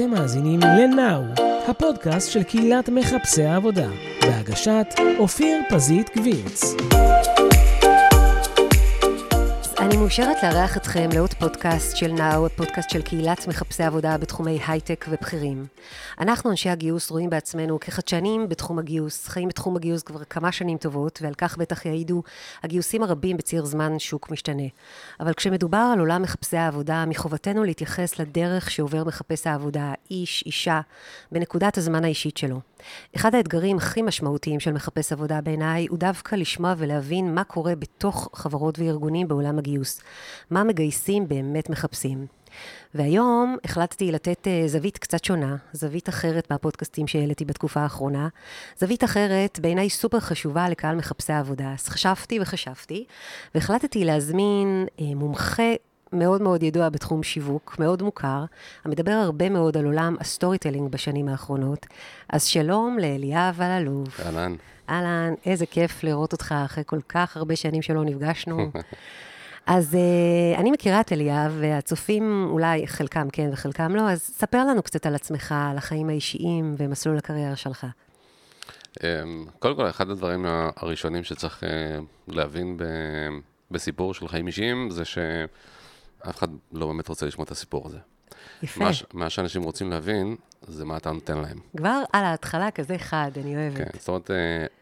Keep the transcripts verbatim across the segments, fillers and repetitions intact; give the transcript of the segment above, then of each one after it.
אתם מאזינים ל-Now, הפודקאסט של קהילת מחפשי העבודה, בהגשת אופיר פזית גבירץ. אני מאושרת לארח אתכם לעוד פודקאסט של נאו, פודקאסט של קהילת מחפשי עבודה בתחומי הייטק ובכירים. אנחנו אנשי הגיוס רואים בעצמנו כחדשנים בתחום הגיוס, חיים בתחום הגיוס כבר כמה שנים טובות, ועל כך בטח יעידו הגיוסים הרבים בציר זמן שוק משתנה. אבל כשמדובר על עולם מחפשי העבודה, מחובתנו להתייחס לדרך שעובר מחפש העבודה, איש, אישה, בנקודת הזמן האישית שלו. אחד האתגרים הכי משמעותיים של מחפש עבודה בעיניי הוא דווקא לשמוע ולהבין מה קורה בתוך חברות וארגונים בעולם הגיוס. מה מגייסים באמת מחפשים. והיום החלטתי לתת זווית קצת שונה, זווית אחרת מהפודקאסטים שהעליתי בתקופה האחרונה, זווית אחרת בעיניי סופר חשובה לקהל מחפשי העבודה. אז חשבתי וחשבתי, והחלטתי להזמין מומחה מאוד מאוד ידוע בתחום שיווק, מאוד מוכר, המדבר הרבה מאוד על עולם הסטורי טלינג בשנים האחרונות. אז שלום לאליאב אלאלוף. אהלן. אהלן, איזה כיף לראות אותך אחרי כל כך הרבה שנים שלא נפגשנו. אז uh, אני מכירה את אליאב, והצופים אולי חלקם כן וחלקם לא, אז ספר לנו קצת על עצמך, על החיים האישיים ומסלול הקריירה שלך. קודם כל, אחד הדברים הראשונים שצריך להבין בסיפור של חיים אישיים, זה שאף אחד לא באמת רוצה לשמוע את הסיפור הזה. יפה. מה, מה שאנשים רוצים להבין, זה מה אתה נותן להם. כבר על ההתחלה כזה חד, אני אוהבת. כן, זאת אומרת,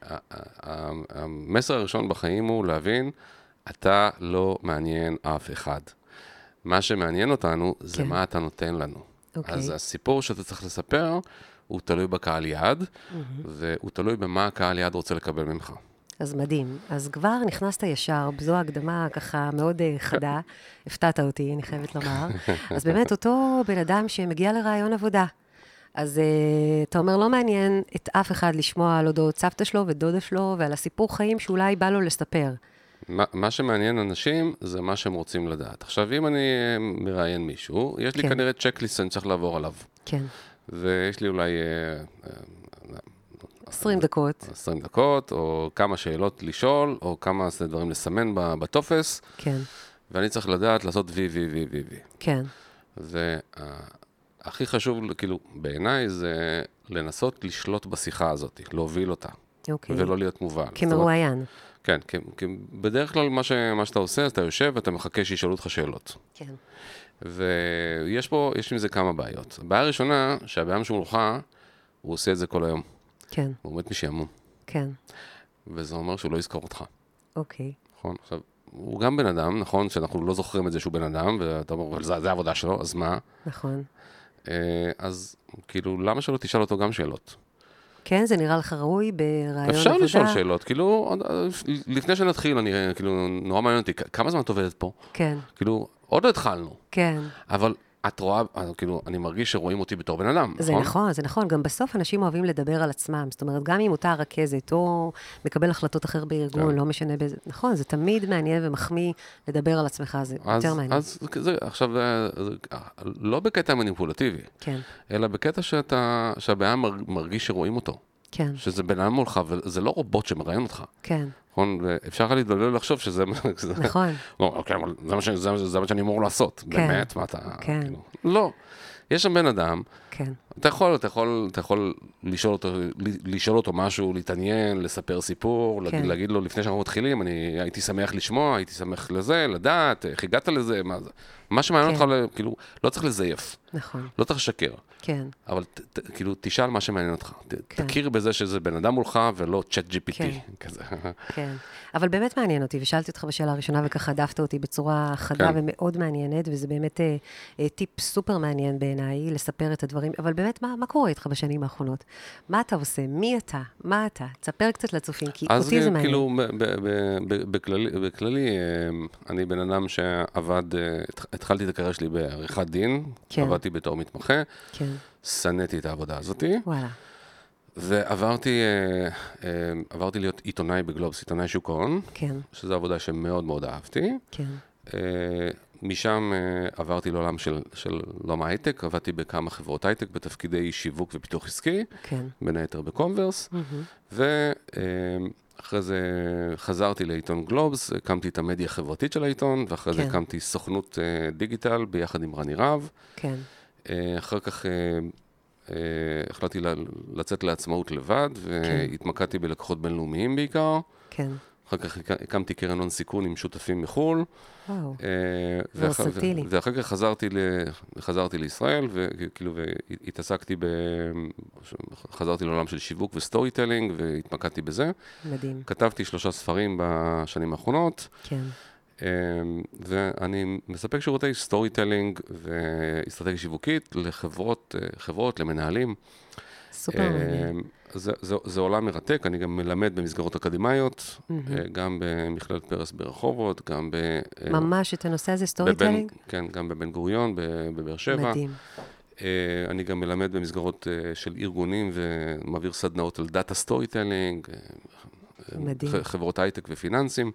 המסר הראשון בחיים הוא להבין, אתה לא מעניין אף אחד. מה שמעניין אותנו זה כן. מה אתה נותן לנו. אוקיי. אז הסיפור שאתה צריך לספר, הוא תלוי בקהל יעד, mm-hmm. והוא תלוי במה הקהל יעד רוצה לקבל ממך. אז מדהים. אז כבר נכנסת ישר, זו הקדמה ככה מאוד חדה, הפתעת אותי, אני חייבת לומר. אז באמת אותו בן אדם שמגיע לרעיון עבודה. אז uh, אתה אומר, לא מעניין את אף אחד לשמוע על אודות סבתא שלו ודודה שלו, ועל הסיפור חיים שאולי בא לו לספר. מה, מה שמעניין אנשים זה מה שהם רוצים לדעת. עכשיו, אם אני מראיין מישהו, יש לי כן. כנראה צ'קליסט שאני צריך לעבור עליו. כן. ויש לי אולי עשרים דקות. עשרים דקות, או כמה שאלות לשאול, או כמה דברים לסמן בטופס. כן. ואני צריך לדעת לעשות וי, וי, וי, וי, וי. כן. והכי חשוב, כאילו, בעיניי, זה לנסות לשלוט בשיחה הזאת, להוביל אותה. אוקיי. ולא להיות מובל. כמרואיין. כן, כי, כי בדרך כלל מה, ש, מה שאתה עושה, אתה יושב ואתה מחכה שישאלו אותך שאלות. כן. ויש פה, יש עם זה כמה בעיות. הבעיה הראשונה, שהבעיה שמולך, הוא עושה את זה כל היום. כן. הוא מת משעמום. כן. וזה אומר שהוא לא יזכור אותך. אוקיי. נכון? עכשיו, הוא גם בן אדם, נכון? שאנחנו לא זוכרים את זה שהוא בן אדם, ואתה אומר, אבל זה, זה העבודה שלו, אז מה? נכון. אז כאילו, למה שלא תשאל אותו גם שאלות? כן, זה נראה לך ראוי ברעיון עבודה. אפשר לשאול שאלות, כאילו, לפני שנתחיל, אני, כאילו, נורא מעניין אותי, כמה זמן את עובדת פה? כן. כאילו, עוד לא התחלנו. כן. אבל את רואה, כאילו, אני מרגיש שרואים אותי בתור בן אדם, זה נכון? נכון, זה נכון. גם בסוף אנשים אוהבים לדבר על עצמם. זאת אומרת, גם אם אותה רכזת, או מקבל החלטות אחר בארגון, לא משנה באיזה... נכון, זה תמיד מעניין ומחמיא לדבר על עצמך, זה יותר מעניין. אז זה, עכשיו, לא בקטע מניפולטיבי, כן. אלא בקטע שאתה, שהבעיה מרגיש שרואים אותו. כן. שזה בן אדם מולך, וזה לא רובוט שמראיין אותך. כן. נכון? ואפשר לך להתבלבל לחשוב שזה... נכון. לא, אוקיי, אבל זה מה שאני אמור לעשות. כן. באמת, מה אתה... כן. לא. יש שם בן אדם, כן. אתה יכול, אתה יכול, אתה יכול לשאול אותו, לשאול אותו משהו, להתעניין, לספר סיפור, כן. להגיד לו לפני שאנחנו מתחילים, אני הייתי שמח לשמוע, הייתי שמח לזה, לדעת, איך הגעת לזה, מה זה. מה שמעניין כן. אותך, כאילו, לא צריך לזייף. נכון. לא צריך לשקר. כן. אבל ת, ת, כאילו, תשאל מה שמעניין אותך. ת, כן. תכיר בזה שזה בן אדם מולך ולא צ'אט ג'י פי טי. כן. כזה. כן. אבל באמת מעניין אותי, ושאלתי אותך בשאלה הראשונה, וככה דפת אותי בצורה חדה כן. ומאוד מעניינת, וזה באמת אה, אה, טיפ סופר מעניין בעיניי, לספר את הדברים, אבל באמת, מה, מה קורה איתך בשנים האחרונות? מה אתה עושה? מי אתה? מה אתה? תספר קצת לצופים, כי אותי זה מעניין. אז כאילו, בכללי, בכללי, אני בן אדם שעבד, התחלתי את הקריירה שלי בעריכת דין, כן. עבדתי בתור מתמחה, כן. סניתי את העבודה הזאת, וואלה. ועברתי עברתי להיות עיתונאי בגלובס, עיתונאי שוק ההון, כן. שזו עבודה שמאוד מאוד אהבתי. כן. משם עברתי לעולם של, של עולם ההייטק, עבדתי בכמה חברות הייטק בתפקידי שיווק ופיתוח עסקי, כן. בין היתר בקונברס, Mm-hmm. ואחרי זה חזרתי לעיתון גלובס, הקמתי את המדיה החברתית של העיתון, ואחרי כן. זה הקמתי סוכנות דיגיטל ביחד עם רני רב. כן. אחר כך החלטתי לצאת לעצמאות לבד, והתמקדתי בלקוחות בינלאומיים בעיקר. כן. אחר כך הקמתי קרן הון סיכון עם שותפים מחול. וואו, ורסטילי. ואחר כך חזרתי, חזרתי לישראל, וכאילו, והתעסקתי ב... חזרתי לעולם של שיווק וסטורי טלינג, והתמקדתי בזה. מדהים. כתבתי שלושה ספרים בשנים האחרונות. כן. ואני מספק שירותי סטורי טלינג ואסטרטגיה שיווקית לחברות, חברות, למנהלים. סופר מעניין. זה, זה, זה עולם מרתק, אני גם מלמד במסגרות אקדמיות, mm-hmm. גם במכללת פרס ברחובות, גם ב... ממש את הנושא הזה, סטורי טלינג? כן, גם בבן גוריון, בבאר שבע. מדהים. אני גם מלמד במסגרות של ארגונים ומעביר סדנאות על דאטה סטורי טלינג, מדהים. חברות הייטק ופיננסים.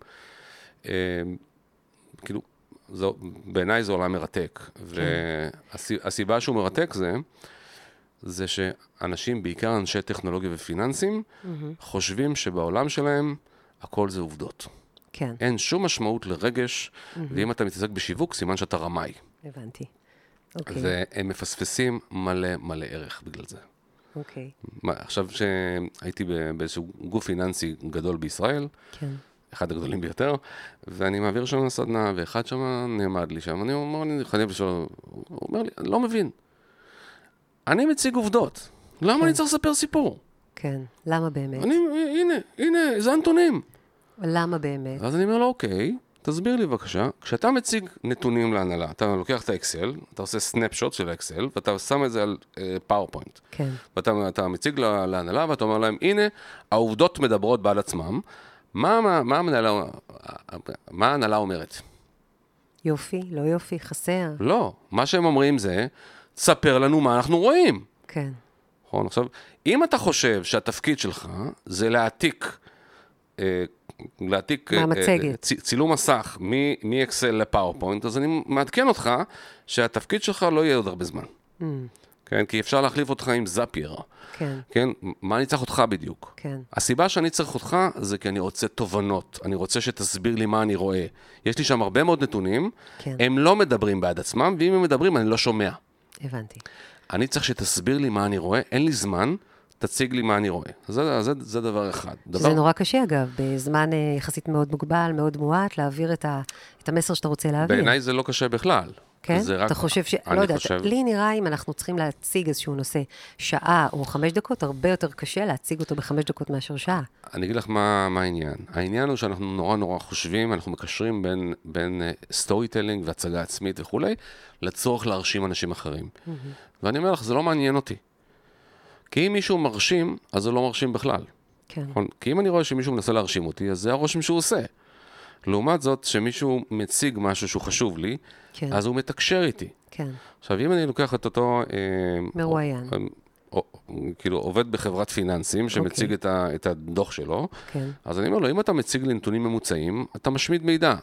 כאילו, זו, בעיניי זה עולם מרתק. כן. והסיבה שהוא מרתק זה, זה שאנשים, בעיקר אנשי טכנולוגיה ופיננסים, mm-hmm. חושבים שבעולם שלהם הכל זה עובדות. כן. אין שום משמעות לרגש, mm-hmm. ואם אתה מתעסק בשיווק, סימן שאתה רמאי. הבנתי. אוקיי. והם מפספסים מלא מלא ערך בגלל זה. אוקיי. מה, עכשיו שהייתי באיזשהו גוף פיננסי גדול בישראל, כן. אחד הגדולים ביותר, ואני מעביר שם סדנה, ואחד שם נעמד לי שם, אני אומר, אני חייב לשאול, הוא אומר לי, אני לא מבין. אני מציג עובדות. למה כן. אני צריך לספר סיפור? כן, למה באמת? אני, הנה, הנה, זה הנתונים. למה באמת? אז אני אומר לו, אוקיי, תסביר לי בבקשה, כשאתה מציג נתונים להנהלה, אתה לוקח את האקסל, אתה עושה סנאפשוט של האקסל, ואתה שם את זה על פאורפוינט. כן. ואתה אתה מציג לה, להנהלה, ואתה אומר להם, הנה, העובדות מדברות בעד עצמם, מה, מה, מה המנהלה, מה ההנהלה אומרת? יופי, לא יופי, חסר. לא, מה שהם אומרים זה, תספר לנו מה אנחנו רואים. כן. נכון, עכשיו, אם אתה חושב שהתפקיד שלך זה להעתיק, אה, להעתיק מהמצגת. אה, צ, צילום מסך מאקסל לפאורפוינט, אז אני מעדכן אותך שהתפקיד שלך לא יהיה עוד הרבה זמן. Mm. כן, כי אפשר להחליף אותך עם זאפייר. כן. כן, מה אני צריך אותך בדיוק? כן. הסיבה שאני צריך אותך זה כי אני רוצה תובנות, אני רוצה שתסביר לי מה אני רואה. יש לי שם הרבה מאוד נתונים, כן. הם לא מדברים בעד עצמם, ואם הם מדברים אני לא שומע. הבנתי. אני צריך שתסביר לי מה אני רואה, אין לי זמן, תציג לי מה אני רואה. זה, זה, זה דבר אחד. זה דבר... נורא קשה, אגב, בזמן יחסית מאוד מוגבל, מאוד מועט, להעביר את, ה, את המסר שאתה רוצה להעביר. בעיניי זה לא קשה בכלל. כן? רק... אתה חושב ש... לא יודעת, חושב... לי נראה אם אנחנו צריכים להציג איזשהו נושא שעה או חמש דקות, הרבה יותר קשה להציג אותו בחמש דקות מאשר שעה. אני אגיד לך מה, מה העניין. העניין הוא שאנחנו נורא נורא חושבים, אנחנו מקשרים בין, בין סטורי טלינג והצגה עצמית וכולי, לצורך להרשים אנשים אחרים. Mm-hmm. ואני אומר לך, זה לא מעניין אותי. כי אם מישהו מרשים, אז זה לא מרשים בכלל. כן. כי אם אני רואה שמישהו מנסה להרשים אותי, אז זה הרושם שהוא עושה. לעומת זאת, שמישהו מציג משהו שהוא חשוב לי, כן. אז הוא מתקשר איתי. כן. עכשיו, אם אני לוקח את אותו... מרואיין. או, או, כאילו, עובד בחברת פיננסים, שמציג okay. את, ה, את הדוח שלו, כן. אז אני אומר לו, אם אתה מציג לי נתונים ממוצעים, אתה משמיד מידע.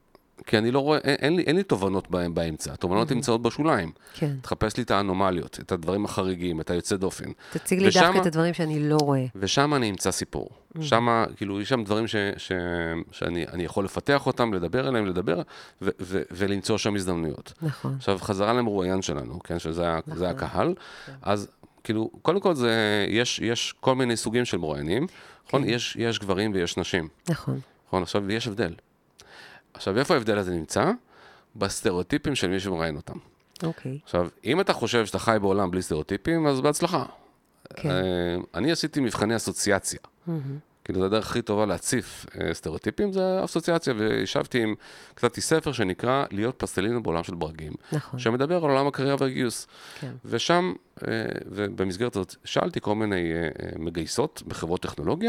כי אני לא רואה, אין, אין לי, אין לי תובנות בהם באמצע. התובנות mm-hmm. נמצאות בשוליים. כן. תחפש לי את האנומליות, את הדברים החריגים, את היוצא דופן. תציג לי דווקא את הדברים שאני לא רואה. ושם אני אמצא סיפור. Mm-hmm. שם, כאילו, יש שם דברים ש, ש, שאני אני יכול לפתח אותם, לדבר עליהם, לדבר, ו, ו, ולמצוא שם הזדמנויות. נכון. עכשיו, חזרה למרואיין שלנו, כן, שזה נכון. זה הקהל. כן. אז, כאילו, קודם כל זה, יש, יש כל מיני סוגים של מרואיינים. נכון? כן. יש, יש גברים ויש נשים. נכון. נכון, עכשיו, יש הבדל. עכשיו, איפה ההבדל הזה נמצא? בסטריאוטיפים של מי שמראיין אותם. אוקיי. עכשיו, אם אתה חושב שאתה חי בעולם בלי סטריאוטיפים, אז בהצלחה. כן. אני עשיתי מבחני אסוציאציה. כאילו, זו הדרך הכי טובה להציף סטריאוטיפים, זה אסוציאציה, וישבתי עם, כתבתי ספר שנקרא להיות פלסטלינה בעולם של ברגים. נכון. שמדבר על עולם הקריירה והגיוס. כן. ושם, ובמסגרת הזאת, שאלתי כל מיני מגייסות בחברות טכנולוגיה,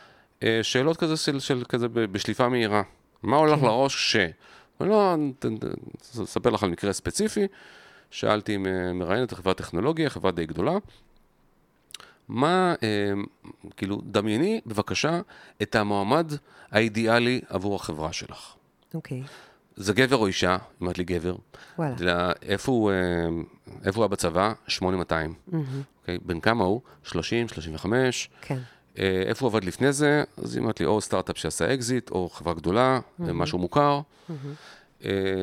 שאלות כזה של, של כזה בשליפה מהירה. מה הולך כן. לראש ש... אני לא אספר לך על מקרה ספציפי, שאלתי אם מראיינת חברת טכנולוגיה, חברה די גדולה, מה, אה, כאילו, דמייני בבקשה את המועמד האידיאלי עבור החברה שלך. אוקיי. זה גבר או אישה? אמרת לי גבר. וואלה. לה, איפה הוא, אה, איפה הוא בצבא? שמונה מאתיים. Mm-hmm. אוקיי, בין כמה הוא? שלושים, שלושים וחמש. כן. איפה הוא עבד לפני זה? אז אמרת לי, או סטארט-אפ שעשה אקזיט, או חברה גדולה, mm-hmm. משהו מוכר. Mm-hmm.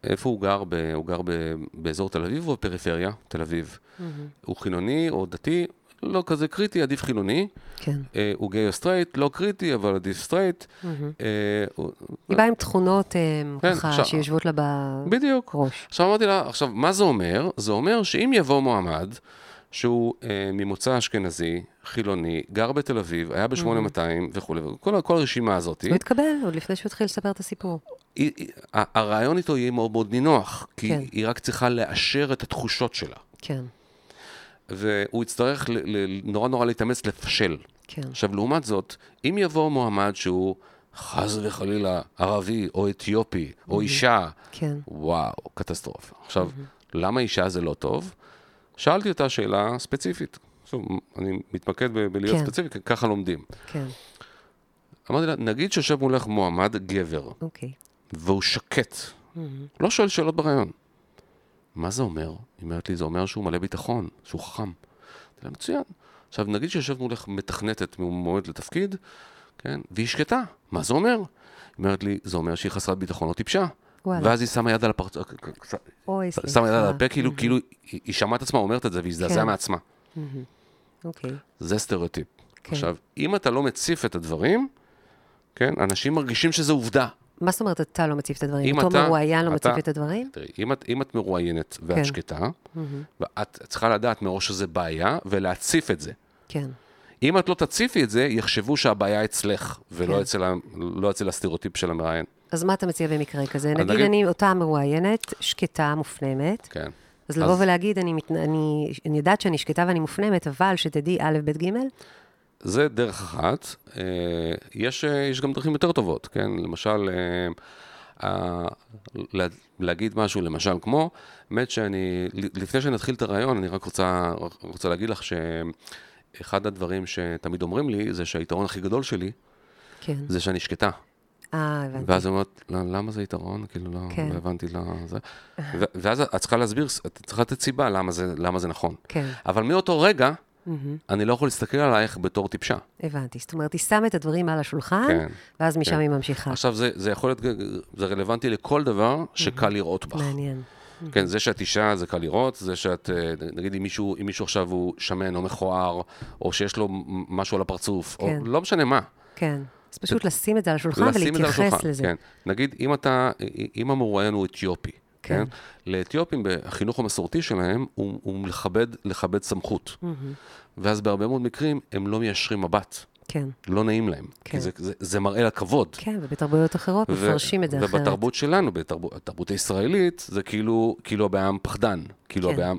איפה הוא גר? ב, הוא גר ב, באזור תל אביב או בפריפריה? תל אביב. Mm-hmm. הוא חילוני או דתי? לא כזה קריטי, עדיף חילוני. כן. אה, הוא גיי או סטרייט? לא קריטי, אבל עדיף סטרייט. Mm-hmm. אה, הוא... היא באה עם תכונות אה, כן, ככה עכשיו, שיושבות לה בראש. בדיוק. עכשיו אמרתי לה, עכשיו, מה זה אומר? זה אומר שאם יבוא מועמד, שהוא אה, ממוצא אשכנזי, חילוני, גר בתל אביב, היה ב-שמונה מאתיים וכו', כל, כל הרשימה הזאת. הוא התקבל, עוד לפני שהוא התחיל לספר את הסיפור. היא, היא, הרעיון איתו יהיה מאוד מאוד נינוח, כי כן. היא רק צריכה לאשר את התחושות שלה. כן. והוא יצטרך ל, ל, נורא נורא להתאמץ לפשל. כן. עכשיו, לעומת זאת, אם יבוא מועמד שהוא חס וחלילה ערבי או אתיופי או אישה, כן. וואו, קטסטרופה. עכשיו, למה אישה זה לא טוב? שאלתי אותה שאלה ספציפית. עכשיו, אני מתמקד ב- בלהיות כן. ספציפי, ככה לומדים. כן. אמרתי לה, נגיד שיושב מולך מועמד גבר, אוקיי. והוא שקט, Mm-hmm. לא שואל שאלות ברעיון. מה זה אומר? היא אומרת לי, זה אומר שהוא מלא ביטחון, שהוא חכם. אמרתי לה, מצוין. עכשיו, נגיד שיושב מולך מתכנתת ממועמד לתפקיד, כן? והיא שקטה. מה זה אומר? היא אומרת לי, זה אומר שהיא חסרת ביטחון או טיפשה. וואלה. ואז היא שמה יד על הפרצ... אוי, שמה יד על הפה, כאילו, mm-hmm. כאילו, היא, היא שמעה את עצמה, אומרת את זה, והיא הזדעזעה כן. מעצמה. Mm-hmm. אוקיי. זה סטריאוטיפ. כן. עכשיו, אם אתה לא מציף את הדברים, כן, אנשים מרגישים שזה עובדה. מה זאת אומרת, אתה לא מציף את הדברים? אותו אתה, מרואיין לא אתה, מציף את הדברים? תראי, אם את, אם את מרואיינת ואת כן. שקטה, mm-hmm. ואת צריכה לדעת מראש שזה בעיה, ולהציף את זה. כן. אם את לא תציפי את זה, יחשבו שהבעיה אצלך, ולא כן. אצל, ה, לא אצל הסטריאוטיפ של המראיין. אז מה אתה מציע במקרה כזה? נגיד, נגיד אני אותה מרואיינת, שקטה, מופנמת. כן. אז לבוא ולהגיד, אני, מת... אני... אני יודעת שאני שקטה ואני מופנמת, אבל שתדעי א', ב', ג'? זה דרך אחת. יש, יש גם דרכים יותר טובות, כן? למשל, להגיד משהו, למשל, כמו, באמת שאני, לפני שנתחיל את הרעיון, אני רק רוצה, רוצה להגיד לך שאחד הדברים שתמיד אומרים לי, זה שהיתרון הכי גדול שלי, כן. זה שאני שקטה. אה, הבנתי. ואז אני אומרת, למה זה יתרון? כאילו, לא, כן. לא הבנתי, לא, זה. ואז את צריכה להסביר, את צריכה לתת סיבה למה זה, למה זה נכון. כן. אבל מאותו רגע, mm-hmm. אני לא יכול להסתכל עלייך בתור טיפשה. הבנתי. זאת אומרת, היא שמה את הדברים על השולחן, כן. ואז משם כן. היא ממשיכה. עכשיו, זה, זה יכול להיות, זה רלוונטי לכל דבר שקל לראות בך. מעניין. כן, זה שאת אישה, זה קל לראות, זה שאת, נגיד, אם מישהו, אם מישהו עכשיו הוא שמן או מכוער, או שיש לו משהו על הפרצוף, כן. או לא משנה מה. כן. אז פשוט לשים את זה על השולחן ולהתייחס לזה. כן. נגיד, אם אתה, אם המרואיין הוא אתיופי, כן? לאתיופים, בחינוך המסורתי שלהם, הוא, הוא לכבד, לכבד סמכות. ואז בהרבה מאוד מקרים, הם לא מיישרים מבט. כן. לא נעים להם. כי זה, זה, זה מראה לכבוד. כן, ובתרבויות אחרות מפרשים את זה אחרת. ובתרבות שלנו, בתרבות הישראלית, זה כאילו, כאילו הבעם פחדן. כאילו הבעם...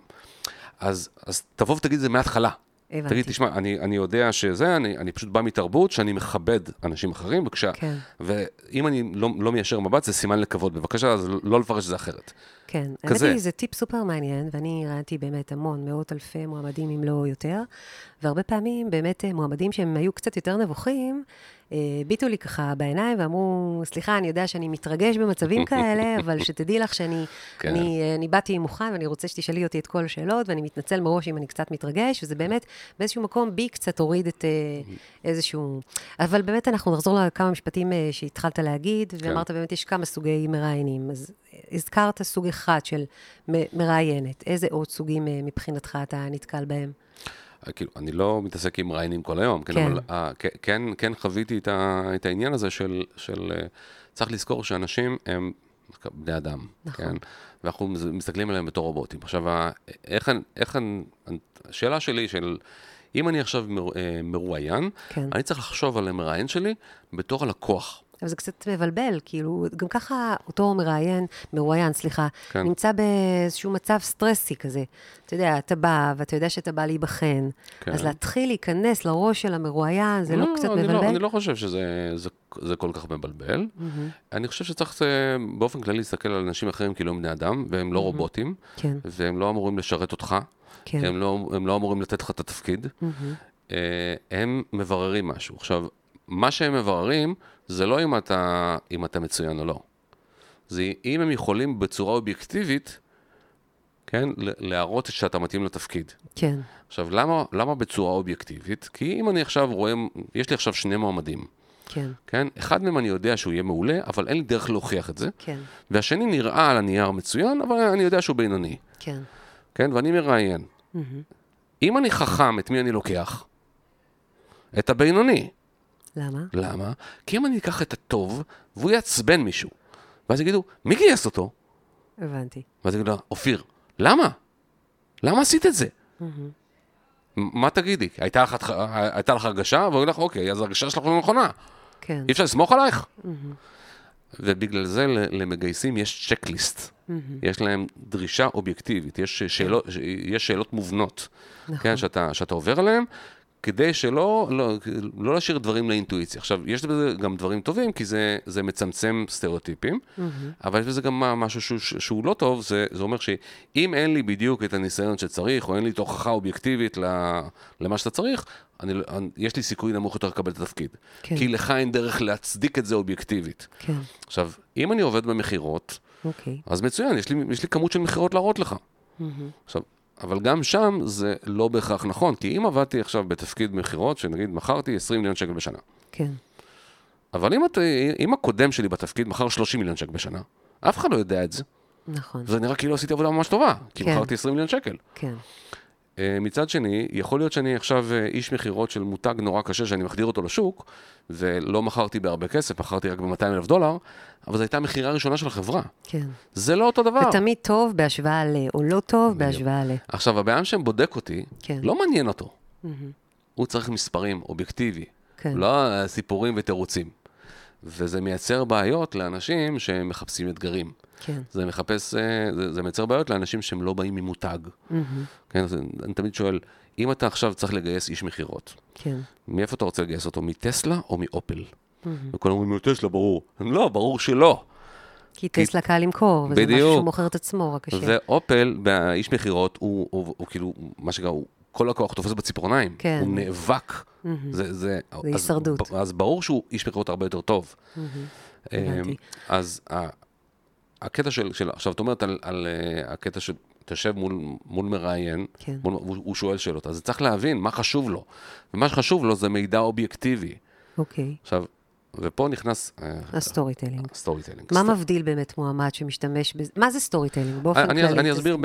אז, אז תבוא ותגיד זה מההתחלה. הבנתי. תגיד, תשמע, אני, אני יודע שזה, אני, אני פשוט בא מתרבות שאני מכבד אנשים אחרים, וכשה, כן. ואם אני לא, לא מיישר מבט, זה סימן לכבוד. בבקשה, אז לא לפרש את זה אחרת. כן. כזה. האמת היא, זה טיפ סופר מעניין, ואני ראיתי באמת המון, מאות אלפי מועמדים, אם לא יותר, והרבה פעמים באמת מועמדים שהם היו קצת יותר נבוכים, ביטו לי ככה בעיניים ואמרו, סליחה, אני יודע שאני מתרגש במצבים כאלה, אבל שתדעי לך שאני כן. אני, אני באתי מוכן, ואני רוצה שתשאלי אותי את כל השאלות, ואני מתנצל מראש אם אני קצת מתרגש, וזה באמת באיזשהו מקום בי קצת הוריד את איזשהו... אבל באמת אנחנו נחזור לכמה משפטים שהתחלת להגיד, כן. ואמרת באמת יש כמה סוגי מראיינים, אז הזכרת סוג אחד של מראיינת, איזה עוד סוגים מבחינתך אתה נתקל בהם? כאילו, אני לא מתעסק עם ראיינים כל היום, כן, כן. אבל uh, כן, כן חוויתי את, ה, את העניין הזה של, של uh, צריך לזכור שאנשים הם בני אדם, נכון. כן? ואנחנו מסתכלים עליהם בתור רובוטים. עכשיו, איך, איך, השאלה שלי של, אם אני עכשיו מר, מרואיין, כן. אני צריך לחשוב על המראיין שלי בתור הלקוח. אבל זה קצת מבלבל, כאילו, גם ככה אותו מראיין, מרואיין, סליחה, כן. נמצא באיזשהו מצב סטרסי כזה. אתה יודע, אתה בא, ואתה יודע שאתה בא להיבחן, כן. אז להתחיל להיכנס לראש של המרואיין, זה לא, לא קצת אני מבלבל? לא, אני לא חושב שזה זה, זה כל כך מבלבל. Mm-hmm. אני חושב שצריך באופן כללי להסתכל על אנשים אחרים כאילו הם בני אדם, והם לא mm-hmm. רובוטים, כן. והם לא אמורים לשרת אותך, כן. הם, לא, הם לא אמורים לתת לך את התפקיד, mm-hmm. הם מבררים משהו. עכשיו, מה שהם מבררים, זה לא אם אתה, אם אתה מצוין או לא. זה אם הם יכולים בצורה אובייקטיבית, כן, להראות שאתה מתאים לתפקיד. כן. עכשיו, למה, למה בצורה אובייקטיבית? כי אם אני עכשיו רואה, יש לי עכשיו שני מועמדים. כן. כן? אחד מהם אני יודע שהוא יהיה מעולה, אבל אין לי דרך להוכיח את זה. כן. והשני נראה על הנייר מצוין, אבל אני יודע שהוא בינוני. כן. כן? ואני מראיין. Mm-hmm. אם אני חכם, את מי אני לוקח? את הבינוני. למה? למה? כי אם אני אקח את הטוב, והוא יעצבן מישהו, ואז יגידו, מי גייס אותו? הבנתי. ואז יגידו לה, אופיר, למה? למה עשית את זה? Mm-hmm. מה תגידי? הייתה לך, הייתה לך הרגשה? והוא יגיד לך, אוקיי, אז הרגשה שלך לא נכונה. כן. אי אפשר לסמוך עלייך? Mm-hmm. ובגלל זה למגייסים יש צ'קליסט. Mm-hmm. יש להם דרישה אובייקטיבית, יש שאלות, יש שאלות מובנות. נכון. כן, שאתה, שאתה עובר עליהם, כדי שלא, לא, לא להשאיר דברים לאינטואיציה. עכשיו, יש בזה גם דברים טובים, כי זה, זה מצמצם סטריאוטיפים, mm-hmm. אבל יש בזה גם משהו שהוא, שהוא לא טוב, זה, זה אומר שאם אין לי בדיוק את הניסיון שצריך, או אין לי תוכחה אובייקטיבית למה שאתה צריך, אני, יש לי סיכוי נמוך יותר לקבל את התפקיד. כן. כי לך אין דרך להצדיק את זה אובייקטיבית. כן. עכשיו, אם אני עובד במחירות, אוקיי. אז מצוין, יש לי, יש לי כמות של מחירות להראות לך. Mm-hmm. עכשיו, אבל גם שם זה לא בהכרח נכון, כי אם עבדתי עכשיו בתפקיד מחירות, שנגיד מכרתי עשרים מיליון שקל בשנה. כן. אבל אם, את, אם הקודם שלי בתפקיד מכר שלושים מיליון שקל בשנה, אף אחד לא יודע את זה. נכון. וזה נראה כאילו עשיתי עבודה ממש טובה, כי כן. מכרתי עשרים מיליון שקל. כן. מצד שני, יכול להיות שאני עכשיו איש מחירות של מותג נורא קשה, שאני מחדיר אותו לשוק, ולא מכרתי בהרבה כסף, מכרתי רק ב-מאתיים אלף דולר, אבל זו הייתה מחירה ראשונה של החברה. כן. זה לא אותו דבר. ותמיד טוב בהשוואה ל... או לא טוב בהשוואה ל... עכשיו, הבעיה שבודק אותי, כן. לא מעניין אותו. Mm-hmm. הוא צריך מספרים, אובייקטיבי. כן. לא סיפורים ותירוצים. וזה מייצר בעיות לאנשים שמחפשים אתגרים. כן. זה מחפש, זה, זה מייצר בעיות לאנשים שהם לא באים ממותג. Mm-hmm. כן, אז אני תמיד שואל, אם אתה עכשיו צריך לגייס איש מחירות, כן. מאיפה אתה רוצה לגייס אותו? מטסלה או מאופל? Mm-hmm. וכולם אומרים, מטסלה, ברור. לא, ברור שלא. כי טסלה קל למכור, וזה בדיוק. משהו שהוא מוכר את עצמו, רק השם. ואופל, באיש מחירות, הוא, הוא, הוא, הוא כאילו, מה שקרה, הוא כל הכוח תופס בציפורניים. כן. הוא נאבק. Mm-hmm. זה, זה, זה אז, הישרדות. אז ברור שהוא איש מחירות הרבה יותר טוב. Mm-hmm. הבנתי. אז הקטע של, של עכשיו, את אומרת על, על הקטע שתשב מול, מול מראיין, כן. מול, הוא, הוא שואל שאלות, אז צריך להבין מה חשוב לו. ומה שחשוב לו זה מידע אובייקטיבי. אוקיי. עכשיו, ופה נכנס... הסטורי טלינג. הסטורי טלינג. מה מבדיל באמת מועמד שמשתמש בזה? מה זה סטורי טלינג? באופן כללי. אני אסביר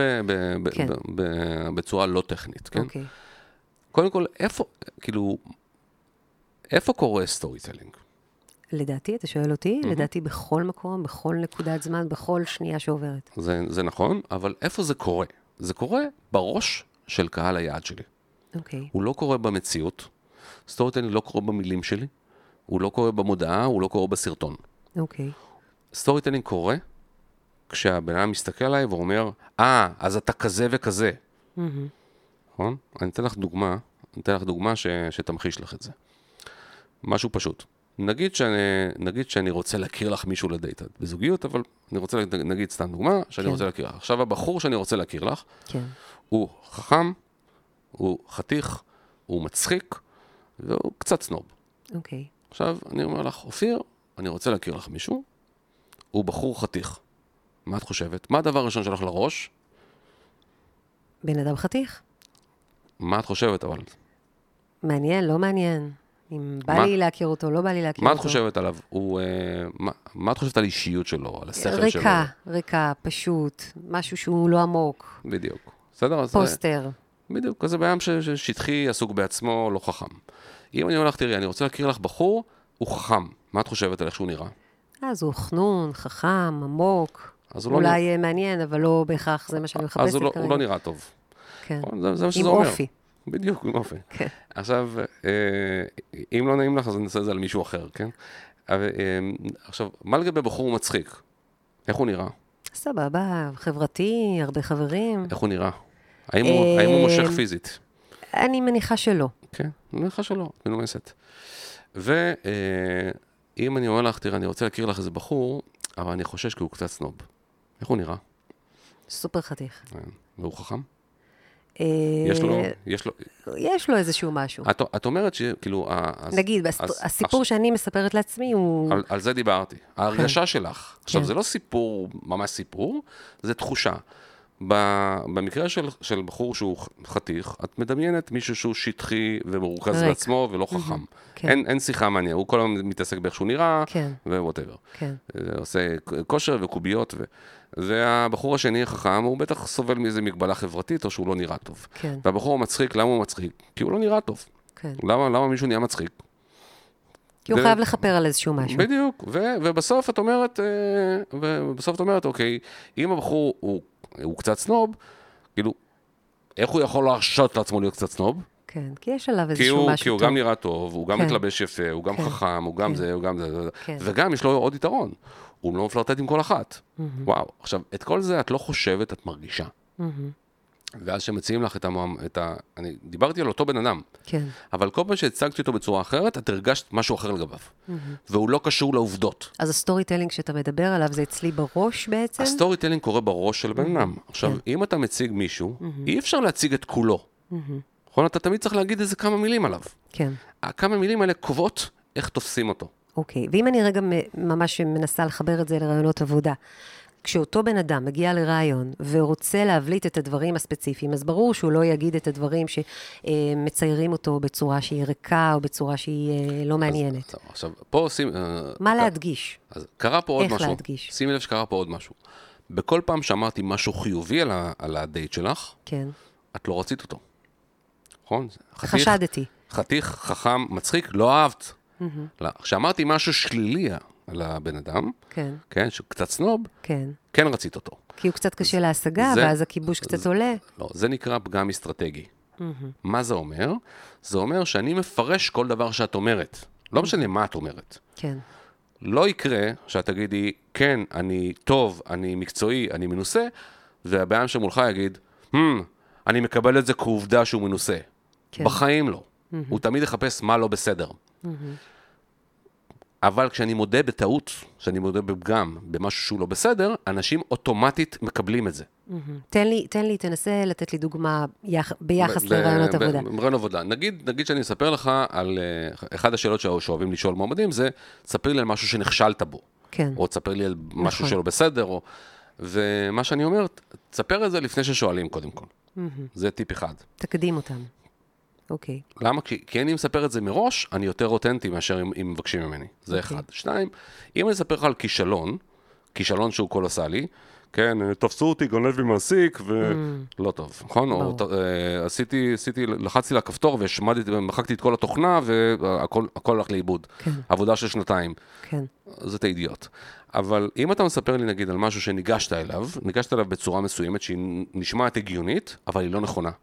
בצורה לא טכנית, כן? אוקיי. קודם כל, איפה, כאילו, איפה קורה סטורי טלינג? לדעתי, אתה שואל אותי, לדעתי בכל מקום, בכל נקודת זמן, בכל שנייה שעוברת. זה, זה נכון, אבל איפה זה קורה? זה קורה בראש של קהל היעד שלי. אוקיי. הוא לא קורה במציאות, סטורי טלינג לא קורה במילים שלי, הוא לא קורה במודעה, הוא לא קורה בסרטון. אוקיי. סטורי טלינג קורה כשהבן אדם מסתכל עליי ואומר, אה, אז אתה כזה וכזה. נכון? אני אתן לך דוגמה, אני אתן לך דוגמה ש, שתמחיש לך את זה. משהו פשוט. נגיד שאני, נגיד שאני רוצה להכיר לך מישהו לדייט בזוגיות, אבל אני רוצה, נגיד סתם דוגמה, שאני כן. רוצה להכיר לך. עכשיו, הבחור שאני רוצה להכיר לך, כן. הוא חכם, הוא חתיך, הוא מצחיק, והוא קצת סנוב. אוקיי. עכשיו, אני אומר לך, אופיר, אני רוצה להכיר לך מישהו, הוא בחור חתיך. מה את חושבת? מה הדבר הראשון שלך לראש? בן אדם חתיך? מה את חושבת, אבל? מעניין, לא מעניין. אם בא מה? לי להכיר אותו, לא בא לי להכיר מה אותו. את חושבת עליו? הוא, אה, מה, מה את חושבת על אישיות שלו, על השכל שלו? ריקה, ריקה, פשוט. משהו שהוא לא עמוק. בדיוק. בסדר? אז פוסטר. בדיוק. כזה בעם ששטחי, עסוק בעצמו, לא חכם. אם אני אומר לך, תראי, אני רוצה להכיר לך בחור, הוא חכם. מה את חושבת על איך שהוא נראה? אז הוא חנון, חכם, עמוק. אז הוא אולי לא נראה... מעניין, אבל לא בהכרח זה מה שאני מחפשת אז הוא לא, כרגע. הוא לא נראה טוב. כן. זה, זה מה שזה עם אומר. אופי. בדיוק, עם אופי. כן. עכשיו, אם לא נעים לך, אז אני אעשה את זה על מישהו אחר, כן? אבל, עכשיו, מה לגבי בחור מצחיק? איך הוא נראה? סבבה, חברתי, הרבה חברים. איך הוא נראה? האם הוא, האם הוא מושך פיזית? אני מניחה שלא. כן, אני מניחה שלא, מנומסת. ואם אני אומר לך, תראה, אני רוצה להכיר לך איזה בחור, אבל אני חושש כי הוא קצת סנוב. איך הוא נראה? סופר חתיך. והוא חכם? יש לו, יש לו... יש לו איזשהו משהו. את, את אומרת שכאילו... נגיד, אז, הסיפור אז, שאני מספרת לעצמי הוא... על, על זה דיברתי. ההרגשה כן. שלך. עכשיו, כן. זה לא סיפור, ממש סיפור, זה תחושה. במקרה של, של בחור שהוא חתיך, את מדמיינת מישהו שהוא שטחי ומרוכז בעצמו ולא חכם. כן. אין, אין שיחה מעניין, הוא כל הזמן מתעסק באיך שהוא נראה, כן. ווואטאבר. כן. עושה כושר וקוביות, ו... והבחור השני החכם, הוא בטח סובל מאיזו מגבלה חברתית, או שהוא לא נראה טוב. כן. והבחור מצחיק, למה הוא מצחיק? כי הוא לא נראה טוב. כן. למה, למה מישהו נהיה מצחיק? כי הוא ו... חייב לחפר על איזשהו משהו. בדיוק, ו... ובסוף את אומרת, ובסוף את אומרת, אוקיי, אם הבחור הוא הוא קצת סנוב, כאילו, איך הוא יכול להרשות לעצמו להיות קצת סנוב? כן, כי יש עליו איזשהו משהו טוב. כי הוא גם נראה טוב, הוא גם מתלבש יפה, הוא גם חכם, הוא גם זה, הוא גם זה, וגם יש לו עוד יתרון. הוא לא מפלרטט עם כל אחת. וואו, עכשיו, את כל זה את לא חושבת, את מרגישה. ואז שמציעים לך את המועמד, את ה... אני דיברתי על אותו בן אדם. כן. אבל כל פעם שהצגתי אותו בצורה אחרת, את הרגשת משהו אחר לגביו. והוא לא קשור לעובדות. אז הסטורי טלינג שאתה מדבר עליו, זה אצלי בראש בעצם? הסטורי טלינג קורה בראש של בן אדם. עכשיו, אם אתה מציג מישהו, אי אפשר להציג את כולו. נכון? אתה תמיד צריך להגיד איזה כמה מילים עליו. כן. הכמה מילים האלה קובעות איך תופסים אותו. אוקיי. ואם אני רגע ממש מנסה לחבר את זה לרעיונות עבודה, כשאותו בן אדם מגיע לרעיון ורוצה להבליט את הדברים הספציפיים, אז ברור שהוא לא יגיד את הדברים שמציירים אותו בצורה שהיא ריקה או בצורה שהיא לא מעניינת. עכשיו, פה עושים... מה להדגיש? אז קרה פה עוד משהו. איך להדגיש? שימי לב שקרה פה עוד משהו. בכל פעם שאמרתי משהו חיובי על הדייט שלך, כן. את לא רצית אותו. נכון? חשדתי. חתיך, חכם, מצחיק, לא אהבת. כשאמרתי משהו שלילי על הבן אדם, כן. כן, שהוא קצת סנוב, כן. כן רצית אותו. כי הוא קצת קשה להשגה, זה, ואז הכיבוש קצת זה, עולה. לא, זה נקרא פגם אסטרטגי. Mm-hmm. מה זה אומר? זה אומר שאני מפרש כל דבר שאת אומרת. לא משנה מה את אומרת. כן. לא יקרה שאת תגידי, כן, אני טוב, אני מקצועי, אני מנוסה, והבעיה שמולך יגיד, hmm, אני מקבל את זה כעובדה שהוא מנוסה. כן. בחיים לא. Mm-hmm. הוא תמיד יחפש מה לא בסדר. Mm-hmm. אבל כשאני מודה בטעות, כשאני מודה בפגם, במשהו שהוא לא בסדר, אנשים אוטומטית מקבלים את זה. תן לי, תן לי, תנסה לתת לי דוגמה ביחס לרעיונות עבודה. ברעיון עבודה. נגיד, נגיד שאני אספר לך על אחד השאלות שאוהבים לשאול מועמדים, זה, תספר לי על משהו שנכשלת בו. כן. או תספר לי על משהו שלא בסדר, או... ומה שאני אומר, תספר את זה לפני ששואלים קודם כל. זה טיפ אחד. תקדים אותם. אוקיי. למה? כי, כי אני מספר את זה מראש, אני יותר אותנטי מאשר אם, אם מבקשים ממני. זה okay. אחד. שניים, אם אני אספר לך על כישלון, כישלון שהוא כל עשה לי, כן, תפסו אותי, גונב לי מעסיק, ולא mm. טוב, נכון? או, uh, עשיתי, עשיתי, לחצתי לכפתור והשמדתי, מחקתי את כל התוכנה, והכל הכל הלך לאיבוד. כן. עבודה של שנתיים. כן. זה אידיוט. אבל אם אתה מספר לי, נגיד, על משהו שניגשת אליו, ניגשת אליו בצורה מסוימת, שהיא נשמעת הגיונית, אבל היא לא נכונה.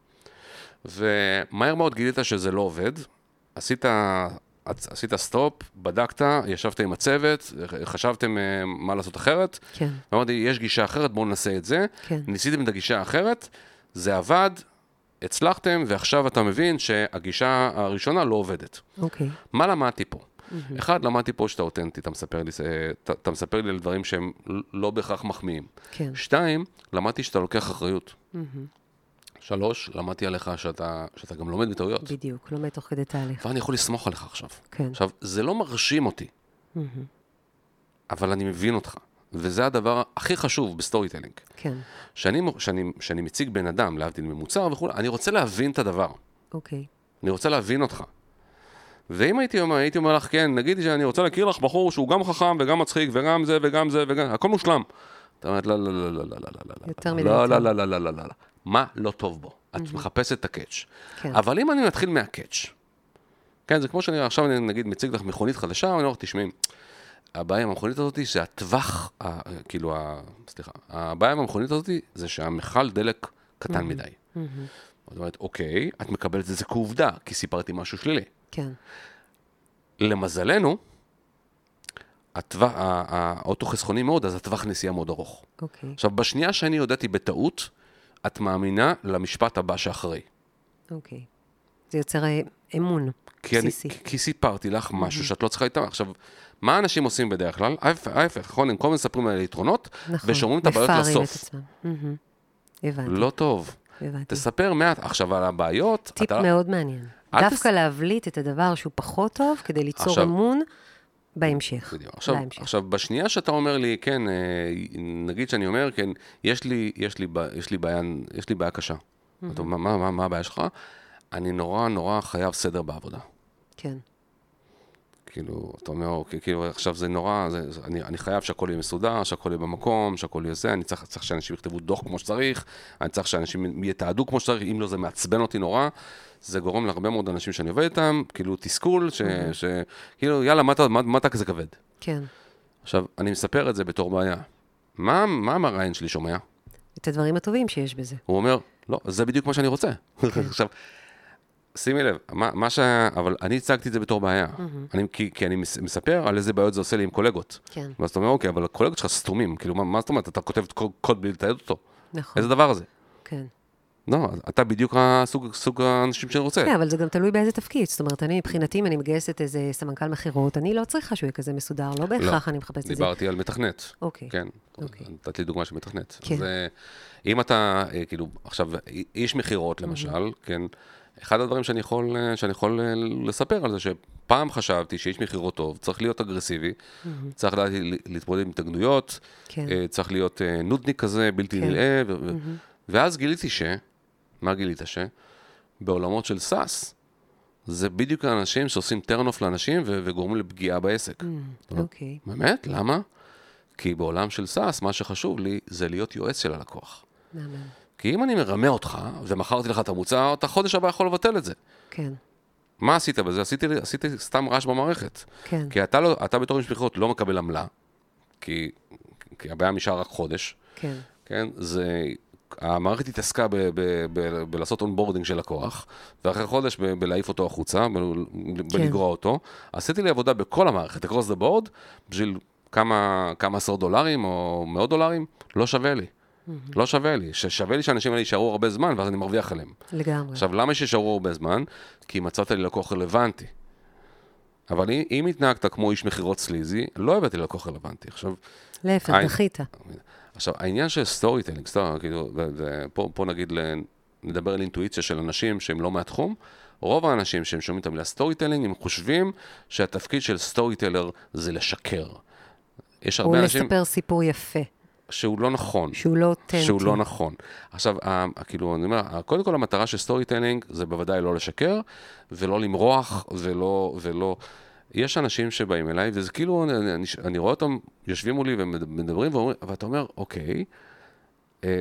ומהר מאוד גילית שזה לא עובד, עשית, עשית סטופ, בדקת, ישבת עם הצוות, חשבתם מה לעשות אחרת, כן. ואמרתי, יש גישה אחרת, בואו ננסה את זה, כן. ניסיתם את הגישה האחרת, זה עבד, הצלחתם, ועכשיו אתה מבין שהגישה הראשונה לא עובדת. אוקיי. מה למדתי פה? Mm-hmm. אחד, למדתי פה שאתה אותנטי, אתה מספר לי, אתה, אתה מספר לי על דברים שהם לא בהכרח מחמיאים. כן. שתיים, למדתי שאתה לוקח אחריות. Mm-hmm. שלוש, למדתי עליך שאתה, שאתה גם לומד בטעויות. בדיוק, לומד תוך כדי תהליך. ואני יכול לסמוך עליך עכשיו. כן. עכשיו, זה לא מרשים אותי, mm-hmm. אבל אני מבין אותך. וזה הדבר הכי חשוב בסטורי טלינג. כן. שאני, שאני, שאני מציג בן אדם, להבדיל ממוצר וכו', אני רוצה להבין את הדבר. אוקיי. אני רוצה להבין אותך. ואם הייתי אומר, הייתי אומר לך, כן, נגיד שאני רוצה להכיר לך בחור שהוא גם חכם וגם מצחיק וגם זה וגם זה וגם, הכל מושלם. אתה אומרת, לא, לא, לא, לא, לא, לא, לא, יותר מדי. לא, לא, לא, לא, לא, לא, לא. מה לא טוב בו? את מחפשת את הקאץ'. אבל אם אני מתחיל מהקאץ', כן, זה כמו שאני עכשיו נגיד מציג לך מכונית חדשה, ואני אומר, תשמעים, הבעיה עם המכונית הזאת זה הטווח, כאילו, סליחה, הבעיה עם המכונית הזאת זה שהמכל דלק קטן מדי. זאת אומרת, אוקיי, את מקבלת את זה כעובדה, כי סיפרתי משהו שלילי. כן. למזלנו, האוטו חסכוני מאוד, אז הטווח נסיעה מאוד ארוך. אוקיי. עכשיו, בשנייה שאני יודעתי בטעות, את מאמינה למשפט הבא שאחרי. אוקיי. זה יוצר אמון בסיסי. כי סיפרתי לך משהו שאת לא צריכה איתם. עכשיו, מה אנשים עושים בדרך כלל? ההפך, נכון, הם כל מיני מספרים על יתרונות, ושומרים את הבעיות לסוף. הבנתי. לא טוב. תספר מעט. עכשיו, על הבעיות... טיפ מאוד מעניין. דווקא להבליט את הדבר שהוא פחות טוב, כדי ליצור אמון בהמשך. עכשיו, עכשיו, בשנייה שאתה אומר לי, כן, נגיד שאני אומר, כן, יש לי, יש לי, יש לי בעיה, יש לי בעיה קשה. אתה אומר, מה, מה, מה הבעיה שלך? אני נורא, נורא חייב סדר בעבודה. כן. כאילו, אתה אומר, כאילו, עכשיו זה נורא, זה, זה, אני, אני חייב שהכל יהיה מסודר, שהכל יהיה במקום, שהכל יהיה זה, אני צריך, צריך שאנשים יכתבו דוח כמו שצריך, אני צריך שאנשים יתעדו כמו שצריך, אם לא זה מעצבן אותי נורא, זה גורם להרבה מאוד אנשים שאני עובד איתם, כאילו, תסכול, ש, ש, כאילו, יאללה, מה אתה, מה, מה אתה כזה כבד? כן. עכשיו, אני מספר את זה בתור בעיה. מה, מה המראיין שלי שומע? את הדברים הטובים שיש בזה. הוא אומר, לא, זה בדיוק מה שאני רוצה. עכשיו, שימי לב, מה, מה ש... אבל אני הצגתי את זה בתור בעיה. Mm-hmm. אני, כי, כי אני מספר על איזה בעיות זה עושה לי עם קולגות. כן. ואז אתה אומר, אוקיי, אבל הקולגות שלך סתומים. כאילו, מה, מה זאת אומרת? אתה כותב קוד בלי לתעד אותו. נכון. איזה דבר זה? כן. לא, אתה בדיוק הסוג, סוג האנשים שאני רוצה. כן, אבל זה גם תלוי באיזה תפקיד. זאת אומרת, אני מבחינתי, אם אני מגייסת איזה סמנכ"ל מחירות, אני לא צריכה שהוא יהיה כזה מסודר, לא בהכרח אני מחפשת את זה. דיברתי על מתכנת. אוקיי. כן. אוקיי. נתת לי דוגמה של מתכנת. כן. אז אם אתה, כאילו, עכשיו, איש מחירות, למשל, כן, אחד הדברים שאני יכול, שאני יכול לספר על זה, שפעם חשבתי שאיש מחירות טוב, צריך להיות אגרסיבי, צריך להתמודד עם התנגדויות, צריך להיות נודניק כזה, בלתי נלאה, ואז גיליתי ש... מה גילית ש? בעולמות של סאס, זה בדיוק האנשים שעושים טרן-אוף לאנשים וגורמים לפגיעה בעסק. אוקיי. באמת? למה? כי בעולם של סאס, מה שחשוב לי זה להיות יועץ של הלקוח. מאמן. כי אם אני מרמה אותך, ומכרתי לך את המוצר, אתה חודש הבא יכול לבטל את זה. כן. מה עשית בזה? עשיתי, עשיתי סתם רעש במערכת. כן. כי אתה, לא, אתה בתור איש מכירות לא מקבל עמלה, כי, כי הבעיה נשאר רק חודש. כן. כן? זה... המערכת התעסקה ב- ב- ב- בלעשות אונבורדינג של לקוח, ואחרי חודש ב- בלהעיף אותו החוצה, ב- בלגרוע אותו. עשיתי לי עבודה בכל המערכת, across the board, בשביל כמה, כמה עשרות דולרים או מאות דולרים, לא שווה לי. לא שווה לי. ששווה לי שאנשים האלה יישארו הרבה זמן, ואז אני מרוויח עליהם. לגמרי. עכשיו, למה שישארו הרבה זמן? כי מצאת לי לקוח רלוונטי. אבל אם התנהגת כמו איש מחירות סליזי, לא הבאתי לקוח רלוונטי. עכשיו... להפך, דחית. עכשיו, העניין של סטורי טיילינג, סטורי, כאילו, פה, פה נגיד, נדבר על אינטואיציה של אנשים שהם לא מהתחום, רוב האנשים שהם שומעים את המילה סטורי טיילינג, הם חושבים שהתפקיד של סטורי טיילר זה לשקר. יש הרבה אנשים... הוא לספר סיפור יפה. שהוא לא נכון. שהוא לא אותנטי. שהוא לא נכון. עכשיו, כאילו, אני אומר, קודם כל המטרה של סטורי טיילינג זה בוודאי לא לשקר, ולא למרוח, ולא, ולא... יש אנשים שבאים אליי, וזה כאילו, אני, אני, אני רואה אותם, יושבים מולי ומדברים, ואומרים, ואתה אומר, אוקיי, אה,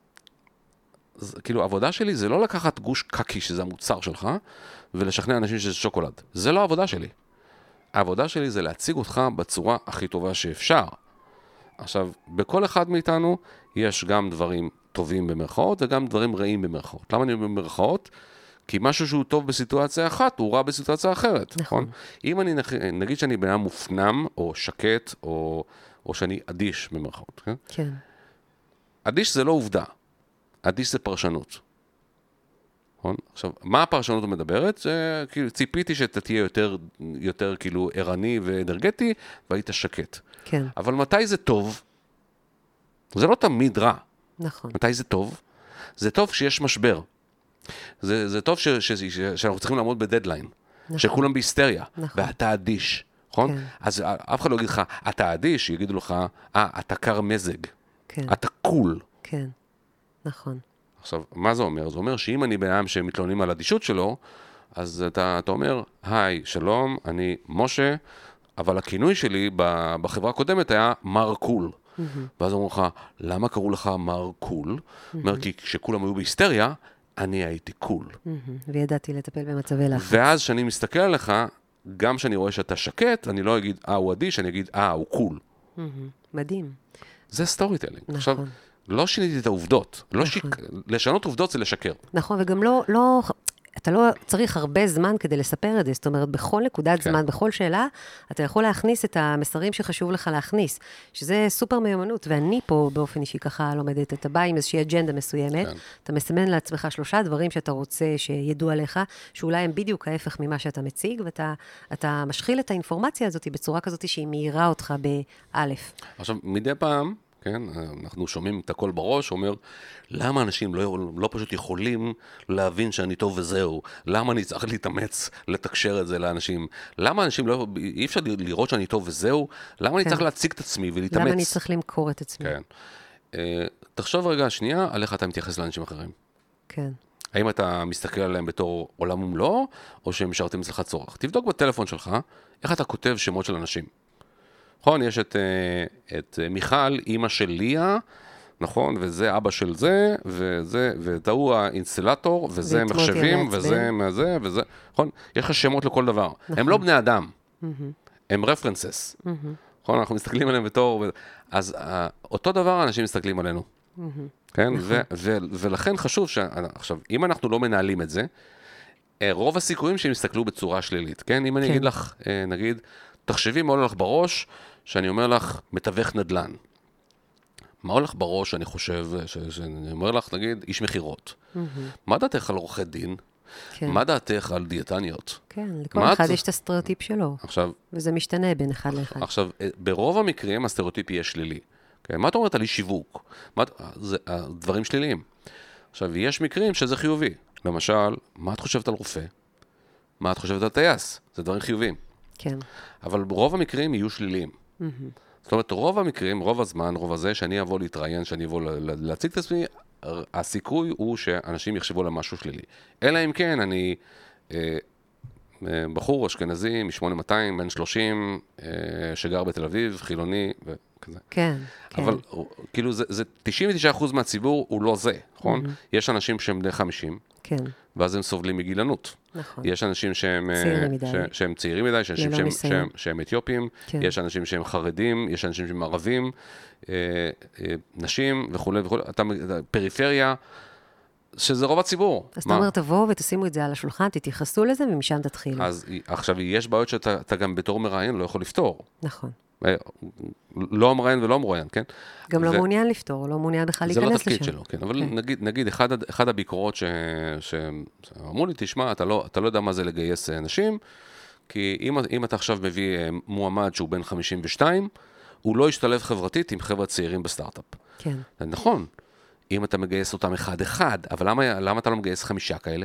זה, כאילו, העבודה שלי זה לא לקחת גוש קקי, שזה המוצר שלך, ולשכנע אנשים שזה שוקולד. זה לא העבודה שלי. העבודה שלי זה להציג אותך בצורה הכי טובה שאפשר. עכשיו, בכל אחד מאיתנו יש גם דברים טובים במרכאות, וגם דברים רעים במרכאות. למה אני אומר במרכאות? כי משהו שהוא טוב בסיטואציה אחת, הוא רע בסיטואציה אחרת, נכון? נכון? אם אני, נגיד שאני בן אדם מופנם, או שקט, או, או שאני אדיש במרכאות, כן? כן. אדיש זה לא עובדה, אדיש זה פרשנות. נכון? עכשיו, מה הפרשנות המדברת? זה כאילו, ציפיתי שאתה תהיה יותר, יותר כאילו ערני ואנרגטי, והיית שקט. כן. אבל מתי זה טוב? זה לא תמיד רע. נכון. מתי זה טוב? זה טוב כשיש משבר. זה, זה טוב ש, ש, ש, שאנחנו צריכים לעמוד בדדליין, נכון. שכולם בהיסטריה, נכון. ואתה אדיש, נכון? כן. אז אף אחד לא יגיד לך, אתה אדיש, יגידו לך, אה, אתה קר מזג, כן. אתה קול. כן, נכון. עכשיו, מה זה אומר? זה אומר שאם אני בן אדם שמתלוננים על אדישות שלו, אז אתה, אתה אומר, היי, שלום, אני משה, אבל הכינוי שלי בחברה הקודמת היה מר קול. Mm-hmm. ואז אומרים לך, למה קראו לך מר קול? Mm-hmm. אומר, כי כשכולם היו בהיסטריה, אני הייתי קול. וידעתי לטפל במצבי לחץ. ואז כשאני מסתכל עליך, גם כשאני רואה שאתה שקט, אני לא אגיד, אה, הוא אדיש, אני אגיד, אה, הוא קול. מדהים. זה סטורי טיילינג. נכון. עכשיו, לא שיניתי את העובדות. לשנות עובדות זה לשקר. נכון, וגם לא... אתה לא צריך הרבה זמן כדי לספר את זה, זאת אומרת, בכל נקודת זמן, בכל שאלה, אתה יכול להכניס את המסרים שחשוב לך להכניס, שזה סופר מיומנות, ואני פה באופן אישי ככה לומדת, אתה בא עם איזושהי אג'נדה מסוימת, אתה מסמן לעצמך שלושה דברים שאתה רוצה שידעו עליך, שאולי הם בדיוק ההפך ממה שאתה מציג, ואתה משחיל את האינפורמציה הזאת בצורה כזאת שהיא מהירה אותך באלף. עכשיו, מדי פעם, כן? אנחנו שומעים את הכל בראש, אומר, למה אנשים לא, לא פשוט יכולים להבין שאני טוב וזהו? למה אני צריך להתאמץ לתקשר את זה לאנשים? למה אנשים לא, אי אפשר לראות שאני טוב וזהו? למה כן. אני צריך להציג את עצמי ולהתאמץ? למה אני צריך למכור את עצמי? כן. Uh, תחשוב רגע שנייה על איך אתה מתייחס לאנשים אחרים. כן. האם אתה מסתכל עליהם בתור עולם ומלואו, או שהם משרתים אצלך צורך? תבדוק בטלפון שלך, איך אתה כותב שמות של אנשים. נכון, יש את, את מיכל, אמא של ליה, נכון, וזה אבא של זה, וזה, ותהו האינסטלטור, וזה מחשבים, וזה מהזה, וזה, נכון? יש לך שמות לכל דבר. נכון. הם לא בני אדם, mm-hmm. הם רפרנסס. Mm-hmm. נכון, אנחנו מסתכלים עליהם בתור, אז אותו דבר אנשים מסתכלים עלינו. Mm-hmm. כן, נכון. ו- ו- ולכן חשוב ש... עכשיו, אם אנחנו לא מנהלים את זה, רוב הסיכויים שהם יסתכלו בצורה שלילית, כן? אם אני אגיד לך, נגיד, תחשבי מה הולך בראש, שאני אומר לך, מתווך נדל"ן. מה הולך בראש, אני חושב, שאני אומר לך, נגיד, איש מחירות. מה דעתך על עורכי דין? מה דעתך על דיאטניות? כן, לכל אחד יש את הסטריאוטיפ שלו. עכשיו... וזה משתנה בין אחד לאחד. עכשיו, ברוב המקרים הסטריאוטיפ יהיה שלילי. מה אתה אומרת על אי שיווק? זה דברים שליליים. עכשיו, יש מקרים שזה חיובי. למשל, מה את חושבת על רופא? מה את חושבת על טייס? זה דברים חיוביים. כן. אבל ברוב המקרים יהיו שליליים. Mm-hmm. זאת אומרת, רוב המקרים, רוב הזמן, רוב הזה, שאני אבוא להתראיין, שאני אבוא להציג את עצמי, הסיכוי הוא שאנשים יחשבו על משהו שלילי. אלא אם כן, אני אה, בחור אשכנזי, מ-שמונה מאתיים, בן שלושים, אה, שגר בתל אביב, חילוני וכזה. כן, אבל כן. כאילו, זה, זה תשעים ותשעה אחוז מהציבור הוא לא זה, נכון? Mm-hmm. יש אנשים שהם בני חמישים. כן. ואז הם סובלים מגילנות. נכון. יש אנשים שהם צעירים מדי. ש, שהם צעירים מדי, יש אנשים שהם, שהם, שהם אתיופים, כן. יש אנשים שהם חרדים, יש אנשים שהם ערבים, אה, אה, נשים וכו' וכו'. אתה, פריפריה, שזה רוב הציבור. אז אתה אומר, תבואו ותשימו את זה על השולחן, תתייחסו לזה ומשם תתחילו. אז עכשיו, יש בעיות שאתה גם בתור מראיין לא יכול לפתור. נכון. לא מראיין ולא מראיין, כן? גם לא מעוניין לפתור, לא מעוניין בכלל להיכנס לשם. זה לא תפקיד שלו, כן. אבל נגיד, נגיד, אחד הביקורות שאמרו לי, תשמע, אתה לא יודע מה זה לגייס אנשים, כי אם אתה עכשיו מביא מועמד שהוא בן חמישים ושתיים, הוא לא ישתלב חברתית עם חבר'ה צעירים בסטארט-אפ. כן. נכון. אם אתה מגייס אותם אחד-אחד, אבל למה אתה לא מגייס חמישה כאלה?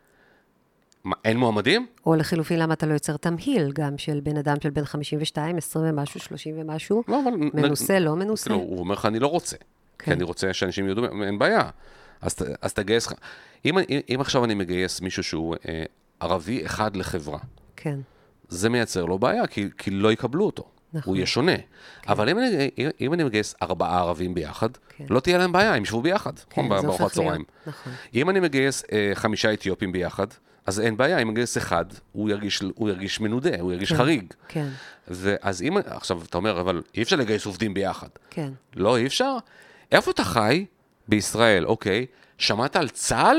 מה, אין מועמדים? או לחילופין, למה אתה לא יוצר תמהיל, גם של בן אדם של בן חמישים ושתיים, עשרים ומשהו, שלושים ומשהו, לא, אבל מנוסה, נ... לא מנוסה? כאילו, הוא אומר לך, אני לא רוצה, כן. כי אני רוצה שאנשים יודו, אין בעיה. אז, אז תגייס, אם, אם עכשיו אני מגייס מישהו שהוא אה, ערבי אחד לחברה, כן. זה מייצר לו בעיה, כי, כי לא יקבלו אותו. נכון. הוא יהיה שונה. כן. אבל אם אני, אם אני מגייס ארבעה ערבים ביחד, כן. לא תהיה להם בעיה, הם ישבו ביחד. כן, זה הופך להיות. נכון. אם אני מגייס אה, חמישה אתיופים ביחד, אז אין בעיה, אם מגייס אחד, הוא ירגיש, הוא ירגיש מנודה, הוא ירגיש כן, חריג. כן. ואז אם, עכשיו אתה אומר, אבל אי אפשר לגייס עובדים ביחד. כן. לא, אי אפשר? איפה אתה חי? בישראל, אוקיי. שמעת על צה"ל?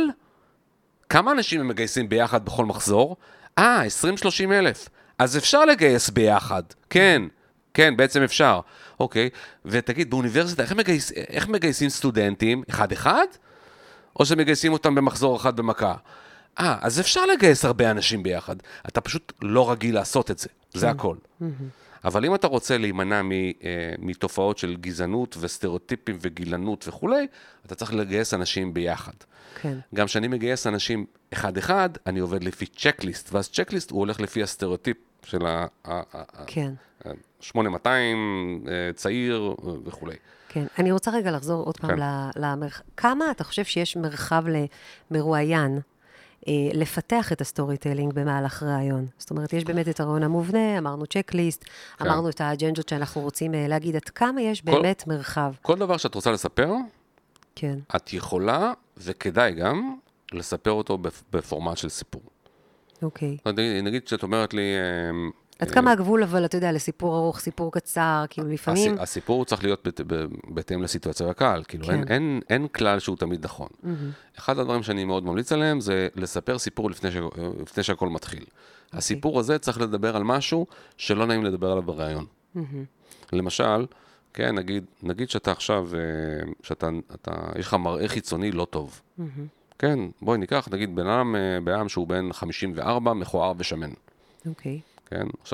כמה אנשים הם מגייסים ביחד בכל מחזור? אה, עשרים שלושים אלף. אז אפשר לגייס ביחד. כן, כן, בעצם אפשר. אוקיי. ותגיד, באוניברסיטה, איך מגייס, איך מגייסים סטודנטים? אחד-אחד? או שמגייסים אותם במחזור אחד במכה? אה, אז אפשר לגייס הרבה אנשים ביחד. אתה פשוט לא רגיל לעשות את זה. כן. זה הכל. Mm-hmm. אבל אם אתה רוצה להימנע מ, אה, מתופעות של גזענות וסטריאוטיפים וגילנות וכולי, אתה צריך לגייס אנשים ביחד. כן. גם כשאני מגייס אנשים אחד-אחד, אני עובד לפי צ'קליסט, ואז צ'קליסט הוא הולך לפי הסטריאוטיפ של ה... כן. שמונה מאתיים, צעיר וכולי. כן, אני רוצה רגע לחזור עוד פעם למרחב. כמה אתה חושב שיש מרחב למרואיין לפתח את הסטורי טיילינג במהלך רעיון? זאת אומרת, יש באמת את הרעיון המובנה, אמרנו צ'קליסט, כן. אמרנו את האג'נדות שאנחנו רוצים להגיד, עד כמה יש באמת כל, מרחב. כל דבר שאת רוצה לספר, כן. את יכולה, וכדאי גם, לספר אותו בפורמט של סיפור. אוקיי. נגיד שאת אומרת לי... עד כמה הגבול, אבל אתה יודע, לסיפור ארוך, סיפור קצר, כאילו לפעמים... הסיפור צריך להיות בהתאם לסיטואציה הקהל, כאילו אין כלל שהוא תמיד נכון. אחד הדברים שאני מאוד ממליץ עליהם, זה לספר סיפור לפני שהכל מתחיל. הסיפור הזה צריך לדבר על משהו שלא נעים לדבר עליו ברעיון. למשל, כן, נגיד שאתה עכשיו, יש לך מראה חיצוני לא טוב. כן, בואי ניקח, נגיד בן אדם בעם שהוא בן חמישים וארבע, מכוער ושמן. אוקיי. כן, עכשיו,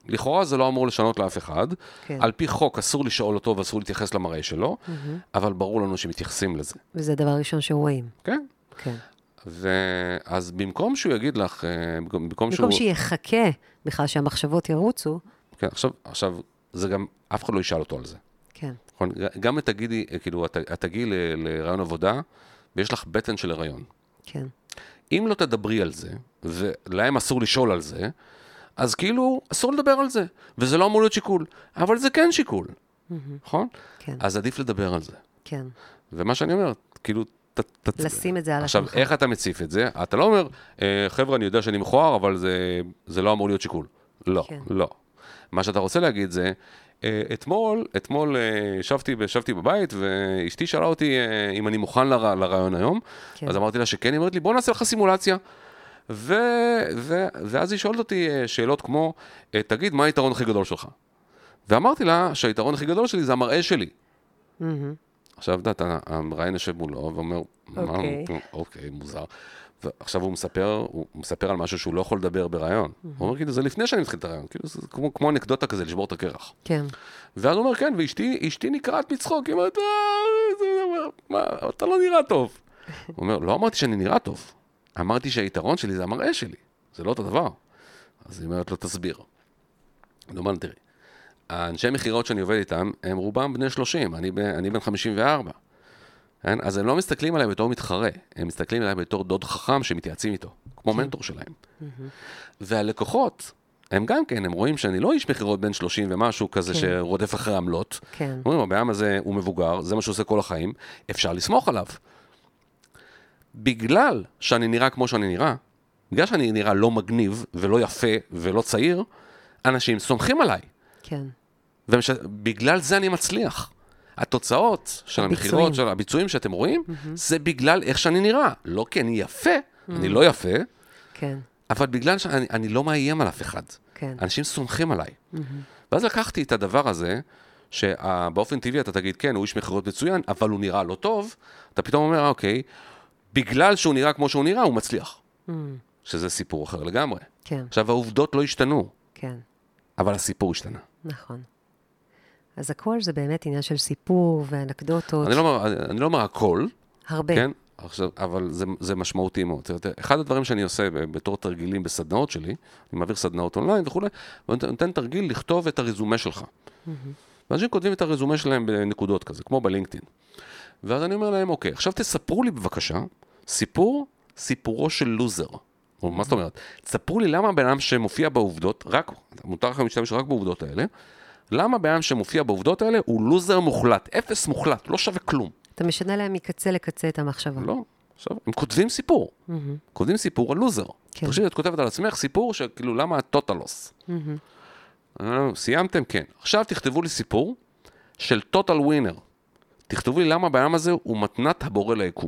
לכאורה זה לא אמור לשנות לאף אחד, כן. על פי חוק אסור לשאול אותו ואסור להתייחס למראה שלו, אבל ברור לנו שמתייחסים לזה. וזה דבר ראשון שרואים. כן. כן. ואז במקום שהוא יגיד לך, במקום, במקום שהוא... שיחכה בכלל שהמחשבות ירוצו. כן, עכשיו, עכשיו, זה גם, אף אחד לא ישאל אותו על זה. כן. נכון? גם את תגידי, כאילו, את תגיעי להיריון עבודה, ויש לך בטן של הריון. כן. אם לא תדברי על זה, ולהם אסור לשאול על זה, אז כאילו, אסור לדבר על זה, וזה לא אמור להיות שיקול, אבל זה כן שיקול, נכון? כן. אז עדיף לדבר על זה. כן. ומה שאני אומר, כאילו, ת, ת, לשים את זה על השולחן. עכשיו, איך אתה מציף את זה? אתה לא אומר, חבר'ה, אני יודע שאני מכוער, אבל זה, זה לא אמור להיות שיקול. לא, כן. לא. מה שאתה רוצה להגיד זה, אתמול, אתמול ישבתי, ישבתי בבית, ואשתי שאלה אותי אם אני מוכן לר, לרעיון היום, כן. אז אמרתי לה שכן, היא אומרת לי, בוא נעשה לך סימולציה. ו, ו, ואז היא שואלת אותי שאלות כמו, תגיד, מה היתרון הכי גדול שלך? ואמרתי לה שהיתרון הכי גדול שלי זה המראה שלי. Mm-hmm. עכשיו, דעת, המראיין יושב מולו, ואומר, אוקיי. מה, אוקיי, מוזר. ועכשיו הוא מספר, הוא מספר על משהו שהוא לא יכול לדבר ברעיון. הוא אומר, כאילו, זה לפני שאני מתחיל את הרעיון, כאילו, זה כמו, כמו אנקדוטה כזה, לשבור את הקרח. כן. ואז הוא אומר, כן, ואשתי, אשתי נקראת מצחוק, היא אומרת, מה, אתה לא נראה טוב. הוא אומר, לא אמרתי שאני נראה טוב, אמרתי שהיתרון שלי זה המראה שלי, זה לא אותו דבר. אז היא אומרת לו, תסביר. הוא אומר, תראי, האנשי מכירות שאני עובד איתם, הם רובם בני שלושים, אני, אני בן חמישים וארבע. כן? אז הם לא מסתכלים עליי בתור מתחרה, הם מסתכלים עליי בתור דוד חכם שמתייעצים איתו, כמו מנטור שלהם. והלקוחות, הם גם כן, הם רואים שאני לא איש מכירות בין שלושים ומשהו כזה שרודף אחרי עמלות. כן. אומרים, הבעם הזה הוא מבוגר, זה מה שהוא עושה כל החיים, אפשר לסמוך עליו. בגלל שאני נראה כמו שאני נראה, בגלל שאני נראה לא מגניב ולא יפה ולא צעיר, אנשים סומכים עליי. כן. ובגלל זה אני מצליח. התוצאות של המחירות, של הביצועים שאתם רואים, זה בגלל איך שאני נראה. לא כי אני יפה, אני לא יפה, כן. אבל בגלל שאני אני לא מאיים על אף אחד. כן. אנשים סומכים עליי. ואז לקחתי את הדבר הזה, שבאופן טבעי אתה תגיד, כן, הוא איש מחירות מצוין, אבל הוא נראה לא טוב, אתה פתאום אומר, אוקיי, בגלל שהוא נראה כמו שהוא נראה, הוא מצליח. שזה סיפור אחר לגמרי. כן. עכשיו, העובדות לא השתנו. כן. אבל הסיפור השתנה. נכון. אז הכל זה באמת עניין של סיפור ואנקדוטות. אני לא אומר, אני לא אומר הכל. הרבה. כן? עכשיו, אבל זה, זה משמעותי מאוד. אחד הדברים שאני עושה בתור תרגילים בסדנאות שלי, אני מעביר סדנאות אונליין וכו', ואני נותן תרגיל לכתוב את הרזומה שלך. ואנשים כותבים את הרזומה שלהם בנקודות כזה, כמו בלינקדאין. ואז אני אומר להם, אוקיי, עכשיו תספרו לי בבקשה, סיפור, סיפורו של לוזר. מה זאת אומרת? תספרו לי למה בן אדם שמופיע בעובדות, רק, מותר לכם להשתמש רק בעובדות האלה, למה בן אדם שמופיע בעובדות האלה הוא לוזר מוחלט, אפס מוחלט, לא שווה כלום. אתה משנה להם מקצה לקצה את המחשבה. לא, עכשיו, הם כותבים סיפור. Mm-hmm. כותבים סיפור על לוזר. כן. תחשבי, את כותבת על עצמך סיפור שכאילו, למה הטוטלוס? Mm-hmm. סיימתם? כן. עכשיו תכתבו לי סיפור של טוטל ווינר. תכתבו לי למה בעם הזה הוא מתנת הבורא ליקום.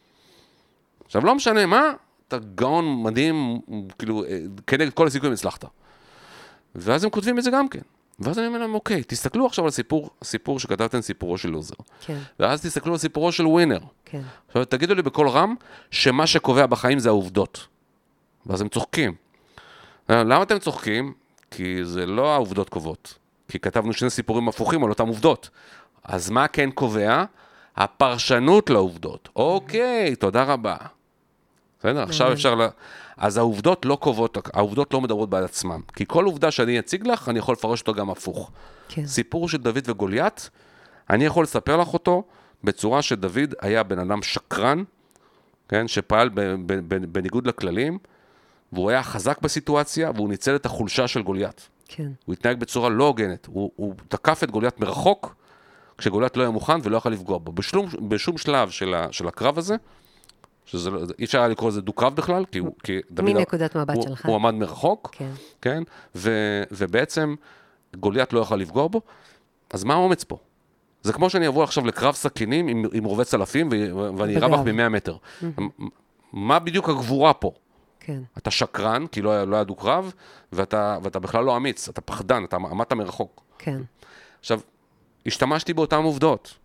עכשיו, לא משנה מה, אתה גאון מדהים, כאילו, כנגד כל הסיכויים הצלחת. ואז הם כותבים את זה גם כן. ואז אני אומר להם, אוקיי, תסתכלו עכשיו על הסיפור, הסיפור שכתבתם סיפורו של לוזר. כן. ואז תסתכלו על סיפורו של ווינר. כן. עכשיו, תגידו לי בכל רם, שמה שקובע בחיים זה העובדות. ואז הם צוחקים. למה אתם צוחקים? כי זה לא העובדות קובעות. כי כתבנו שני סיפורים הפוכים על אותם עובדות. אז מה כן קובע? הפרשנות לעובדות. אוקיי, תודה רבה. בסדר? עכשיו אפשר ל... אז העובדות לא קובעות, העובדות לא מדברות בעד עצמם. כי כל עובדה שאני אציג לך, אני יכול לפרש אותו גם הפוך. כן. סיפור של דוד וגוליית, אני יכול לספר לך אותו בצורה שדוד היה בן אדם שקרן, כן, שפעל ב- ב- ב- בניגוד לכללים, והוא היה חזק בסיטואציה, והוא ניצל את החולשה של גוליית. כן. הוא התנהג בצורה לא הוגנת. הוא, הוא תקף את גוליית מרחוק, כשגוליית לא היה מוכן ולא יכול לפגוע בו. בשלום, בשום שלב של, ה, של הקרב הזה, שזה לא, אי אפשר היה לקרוא לזה דו-קרב בכלל, כי, הוא, כי דוד... מנקודת מבט הוא, שלך. הוא עמד מרחוק, כן. כן? ו, ובעצם גוליית לא יכול לפגוע בו, אז מה האומץ פה? זה כמו שאני אבוא עכשיו לקרב סכינים עם, עם רובי צלפים, ואני ארבח ב-מאה מטר. מה בדיוק הגבורה פה? כן. אתה שקרן, כי לא היה, לא היה דו-קרב, ואתה, ואתה בכלל לא אמיץ, אתה פחדן, אתה עמדת מרחוק. כן. עכשיו, השתמשתי באותן עובדות,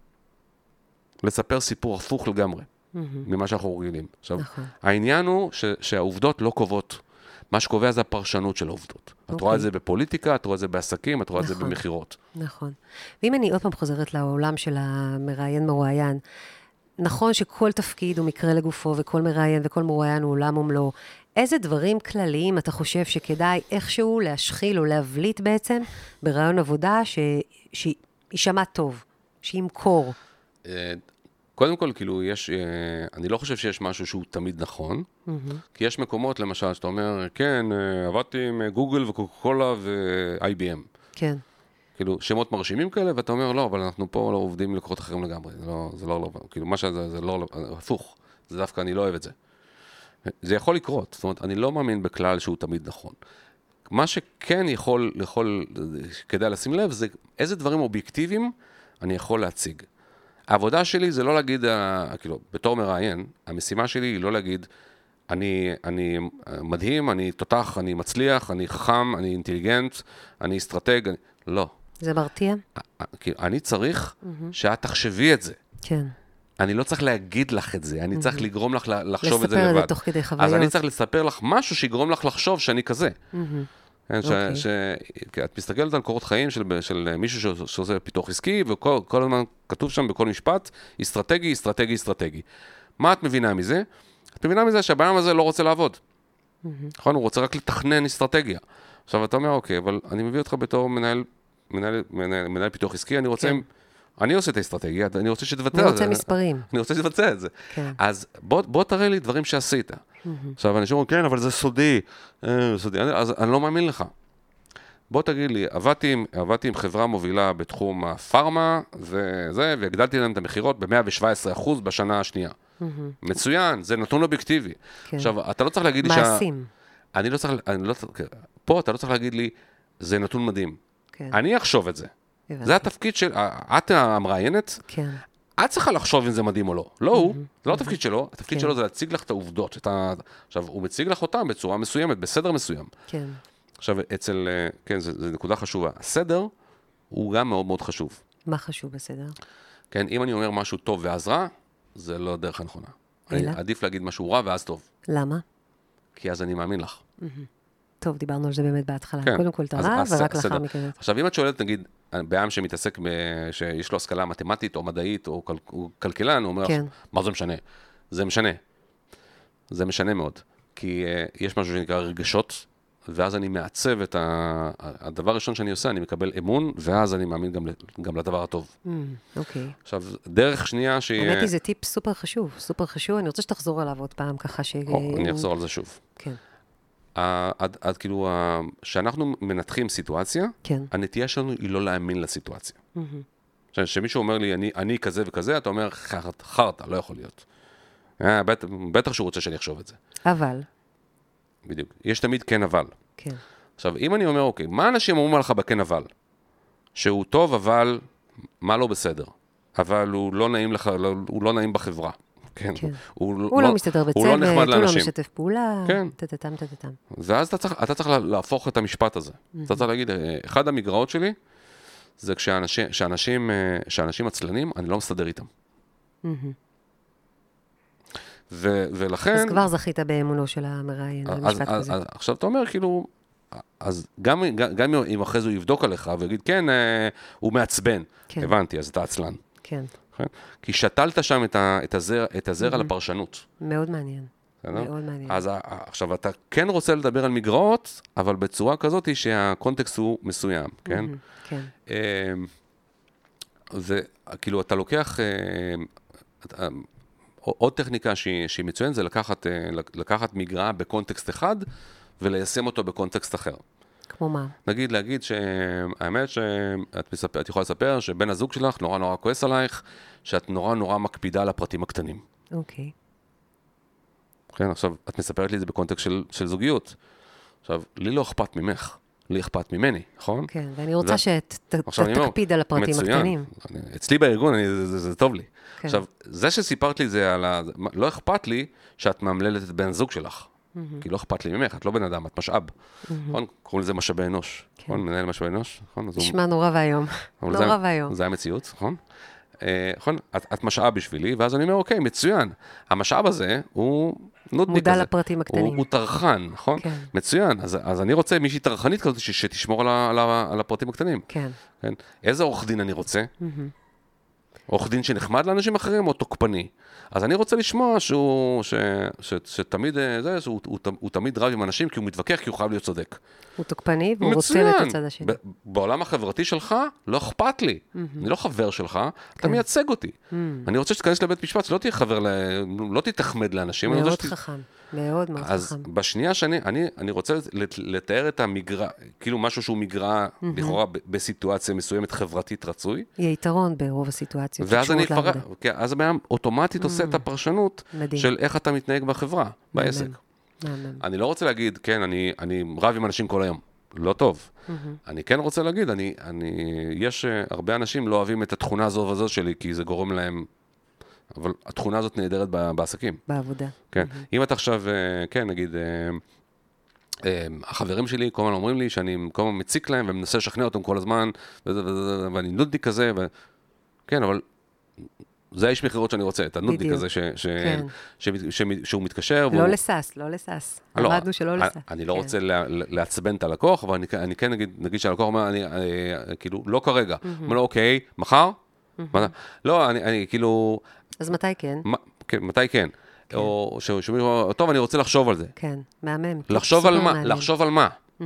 לספר סיפור הפוך לגמרי, ממה שאנחנו רגילים. עכשיו, העניין הוא ש, שהעובדות לא קובעות. מה שקובע זה הפרשנות של העובדות. את רואה את זה בפוליטיקה, את רואה את זה בעסקים, את רואה את זה במחירות. נכון. ואם אני עוד פעם חוזרת לעולם של המראיין מרואיין, נכון שכל תפקיד הוא מקרה לגופו, וכל מראיין וכל מרואיין הוא עולם ומלואו. איזה דברים כלליים אתה חושב שכדאי איכשהו להשחיל או להבליט בעצם ברעיון עבודה שישמע טוב, שימכור? קודם כל, כאילו, יש, אני לא חושב שיש משהו שהוא תמיד נכון, כי יש מקומות, למשל, שאתה אומר, כן, עבדתי עם גוגל וקוקה קולה ו-איי בי אם. כן. כאילו, שמות מרשימים כאלה, ואתה אומר, לא, אבל אנחנו פה לא עובדים עם לקוחות אחרים לגמרי. זה לא, זה לא, כאילו, מה שזה, זה לא, הפוך. זה דווקא, אני לא אוהב את זה. זה יכול לקרות. זאת אומרת, אני לא מאמין בכלל שהוא תמיד נכון. מה שכן יכול, יכול, כדאי לשים לב, זה איזה דברים אובייקטיביים אני יכול להציג. העבודה שלי זה לא להגיד, כאילו, בתור מראיין, המשימה שלי היא לא להגיד, אני, אני מדהים, אני תותח, אני מצליח, אני חכם, אני אינטליגנט, אני אסטרטג, אני... לא. זה מרתיע? אני צריך שאת תחשבי את זה. כן. אני לא צריך להגיד לך את זה, אני צריך לגרום לך לחשוב את זה לבד. לספר את זה תוך כדי חוויות. אז אני צריך לספר לך משהו שיגרום לך לחשוב שאני כזה. את מסתכלת על קורות חיים של מישהו שעושה פיתוח עסקי, וכל הזמן כתוב שם בכל משפט, אסטרטגי, אסטרטגי, אסטרטגי. מה את מבינה מזה? את מבינה מזה שהבן הזה לא רוצה לעבוד. נכון? הוא רוצה רק לתכנן אסטרטגיה. עכשיו אתה אומר, אוקיי, אבל אני מביא אותך בתור מנהל, מנהל, מנהל, מנהל פיתוח עסקי, אני רוצה, אני עושה את האסטרטגיה, אני רוצה שתבצע את זה. אני רוצה מספרים. אני רוצה שתבצע את זה. אז בוא, בוא תראה לי דברים שעשית. עכשיו, אנשים אומרים, כן, אבל זה סודי. סודי. אז אני לא מאמין לך. בוא תגיד לי, עבדתי עם, עבדתי עם חברה מובילה בתחום הפארמה, וזה, והגדלתי להם את המחירות ב-מאה שבע עשרה אחוז בשנה השנייה. מצוין, זה נתון אובייקטיבי. עכשיו, אתה לא צריך להגיד לי שה... מעשים. אני לא צריך, אני לא צריך, פה אתה לא צריך להגיד לי, זה נתון מדהים. אני אחשוב את זה. זה התפקיד של, את המראיינת, את צריכה לחשוב אם זה מדהים או לא. לא הוא, זה לא התפקיד שלו, התפקיד שלו זה להציג לך את העובדות. עכשיו, הוא מציג לך אותם בצורה מסוימת, בסדר מסוים. כן. עכשיו, אצל, כן, זו נקודה חשובה. הסדר הוא גם מאוד מאוד חשוב. מה חשוב בסדר? כן, אם אני אומר משהו טוב ואז רע, זה לא דרך הנכונה. אני עדיף להגיד משהו רע ואז טוב. למה? כי אז אני מאמין לך. טוב, דיברנו על זה באמת בהתחלה. קודם כל את הרע, ורק לאחר מכן. עכשיו, אם את שואלת, נגיד, בעם שמתעסק, שיש לו השכלה מתמטית או מדעית או כלכלן, הוא אומר, מה זה משנה? זה משנה. זה משנה מאוד. כי יש משהו שנקרא רגשות, ואז אני מעצב את הדבר הראשון שאני עושה, אני מקבל אמון, ואז אני מאמין גם לדבר הטוב. אוקיי. עכשיו, דרך שנייה שהיא... האמת היא, זה טיפ סופר חשוב, סופר חשוב. אני רוצה שתחזור עליו עוד פעם, ככה ש... אני אחזור על זה שוב. כן. עד כאילו, שאנחנו מנתחים סיטואציה, הנטייה שלנו היא לא להאמין לסיטואציה. שמישהו אומר לי, אני כזה וכזה, אתה אומר, חרטה, לא יכול להיות. בטח שהוא רוצה שאני אחשוב את זה. אבל. בדיוק. יש תמיד כן אבל. כן. עכשיו, אם אני אומר, אוקיי, מה אנשים אומרים לך בכן אבל? שהוא טוב, אבל מה לא בסדר? אבל הוא לא נעים לך, הוא לא נעים בחברה. כן. הוא לא מסתדר בצוות, הוא לא משתף פעולה, תתתם, תתתם. ואז אתה צריך להפוך את המשפט הזה. אתה צריך להגיד, אחד המגרעות שלי, זה כשאנשים עצלנים, אני לא מסתדר איתם. ולכן... אז כבר זכית באמונו של המראיין, המשפט כזה. עכשיו אתה אומר, כאילו, אז גם אם אחרי זה הוא יבדוק עליך, ויגיד, כן, הוא מעצבן. הבנתי, אז אתה עצלן. כן. כי שתלת שם את הזר על הפרשנות. מאוד מעניין. מאוד מעניין. אז עכשיו, אתה כן רוצה לדבר על מגרעות, אבל בצורה כזאת שהקונטקסט הוא מסוים, כן? כן. וכאילו, אתה לוקח... עוד טכניקה שהיא, שהיא מצוינת זה לקחת, לקחת מגרעה בקונטקסט אחד וליישם אותו בקונטקסט אחר. כמו מה? נגיד, להגיד שהאמת שאת מספר, את יכולה לספר שבן הזוג שלך נורא נורא כועס עלייך, שאת נורא נורא מקפידה על הפרטים הקטנים. אוקיי. כן, עכשיו, את מספרת לי את זה בקונטקסט של, של זוגיות. עכשיו, לי לא אכפת ממך, לי אכפת ממני, נכון? כן, ואני רוצה שתקפיד על הפרטים הקטנים. אצלי בארגון, אני, זה, זה, זה טוב לי. כן. עכשיו, זה שסיפרת לי זה על ה... לא אכפת לי שאת מאמללת את בן זוג שלך. Mm-hmm. כי לא אכפת לי ממך, את לא בן אדם, את משאב. Mm-hmm. נכון? קוראים לזה משאבי אנוש. כן. נכון? מנהל משאבי אנוש. נכון? נשמע נורא והיום. נורא והיום. זה המציאות, נכון? נכון? את, את משאב בשבילי, ואז אני אומר, אוקיי, מצוין. המשאב הזה הוא, נודניק מודע כזה. לפרטים הקטנים. הוא, הוא טרחן, נכון? כן. מצוין. אז, אז אני רוצה מישהי טרחנית כזאת ש, שתשמור על, ה, על, ה, על הפרטים הקטנים. כן. כן? איזה עורך דין אני רוצה? Mm-hmm. עורך דין שנחמד לאנשים אחרים או תוקפני. אז אני רוצה לשמוע שהוא, ש, ש, שתמיד, זה, שהוא, הוא, הוא תמיד רב עם אנשים, כי הוא מתווכח, כי הוא חייב להיות צודק. הוא תוקפני, והוא מצוין. רוצה את הצד השני. ב- בעולם החברתי שלך, לא אכפת לי. Mm-hmm. אני לא חבר שלך, אתה מייצג אותי. Mm-hmm. אני רוצה שתכנס לבית משפט, שלא תהיה חבר, ל... לא תתחמד לאנשים. מאוד שת... חכם, מאוד מאוד אז חכם. אז בשנייה שאני, אני, אני רוצה לת... לתאר את המגרע, כאילו משהו שהוא מגרע, mm-hmm. לכאורה, ב- בסיטואציה מסוימת חברתית רצוי. יהיה יתרון ברוב הסיטואציות. ואז אני אפרק, כן, אז הבן אוטומטית mm-hmm. עושה את הפרשנות מדהים. של איך אתה מתנהג בחברה, בעסק. מאמן. אני לא רוצה להגיד, כן, אני, אני רב עם אנשים כל היום. לא טוב. Mm-hmm. אני כן רוצה להגיד, אני, אני, יש uh, הרבה אנשים לא אוהבים את התכונה הזו וזו שלי, כי זה גורם להם, אבל התכונה הזאת נהדרת בעסקים. בעבודה. כן. Mm-hmm. אם אתה עכשיו, uh, כן, נגיד, uh, uh, החברים שלי כל הזמן אומרים לי שאני כל הזמן מציק להם, ומנסה לשכנע אותם כל הזמן, וזה, וזה, וזה, ואני נודניק כזה, ו... כן, אבל... זה האיש מכירות שאני רוצה, את הנודניק הזה, ש, ש, כן. ש, ש, שהוא מתקשר. לא והוא... לסס, לא לסס. לא, למדנו שלא לסס. אני לא כן. רוצה לה, לעצבן את הלקוח, אבל אני, אני כן נגיד, נגיד שהלקוח אומר, אני, אני, כאילו, לא כרגע. Mm-hmm. אומר לו, אוקיי, מחר? Mm-hmm. לא, אני, אני כאילו... אז מתי כן? מה, כן, מתי כן? כן. או שאומרים, טוב, אני רוצה לחשוב על זה. כן, מהמם. לחשוב על מה? לחשוב על מה? Mm-hmm.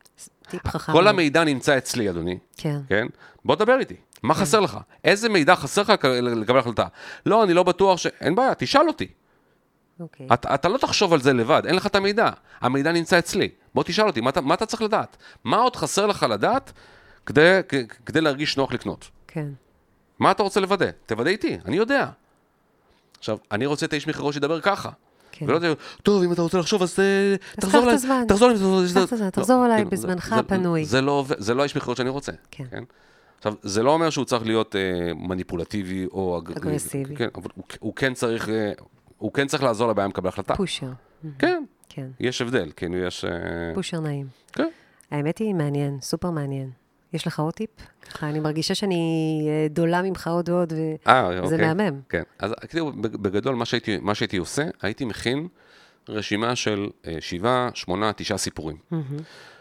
טיפ חכם. כל המידע נמצא אצלי, אדוני. כן. כן? בוא דבר איתי. מה חסר לך? איזה מידע חסר לך לקבל החלטה? לא, אני לא בטוח ש... אין בעיה, תשאל אותי. אוקיי. אתה, אתה לא תחשוב על זה לבד, אין לך את המידע. המידע נמצא אצלי. בוא תשאל אותי, מה אתה, מה אתה צריך לדעת? מה עוד חסר לך לדעת כדי, כדי להרגיש נוח לקנות? כן. מה אתה רוצה לוודא? תוודא איתי, אני יודע. עכשיו, אני רוצה את האיש מכירות שידבר ככה. כן. ולא תהיה, טוב, אם אתה רוצה לחשוב, אז תחזור אליי. תחזור אליי. תחזור אליי בזמנך הפנוי. זה לא האיש מכירות שאני רוצה. כן. עכשיו, זה לא אומר שהוא צריך להיות אה, מניפולטיבי או אגרסיבי. כן, אבל הוא, הוא כן צריך, אה, הוא כן צריך לעזור לבעיה מקבל החלטה. פושר. כן. כן. יש הבדל, כן, יש... אה... פושר נעים. כן. האמת היא מעניין, סופר מעניין. יש לך עוד טיפ? ככה, אני מרגישה שאני דולה ממך עוד ועוד, וזה אוקיי. מהמם. כן, אז כאילו, בגדול, מה שהייתי, מה שהייתי עושה, הייתי מכין רשימה של אה, שבעה, שמונה, תשעה סיפורים. Mm-hmm.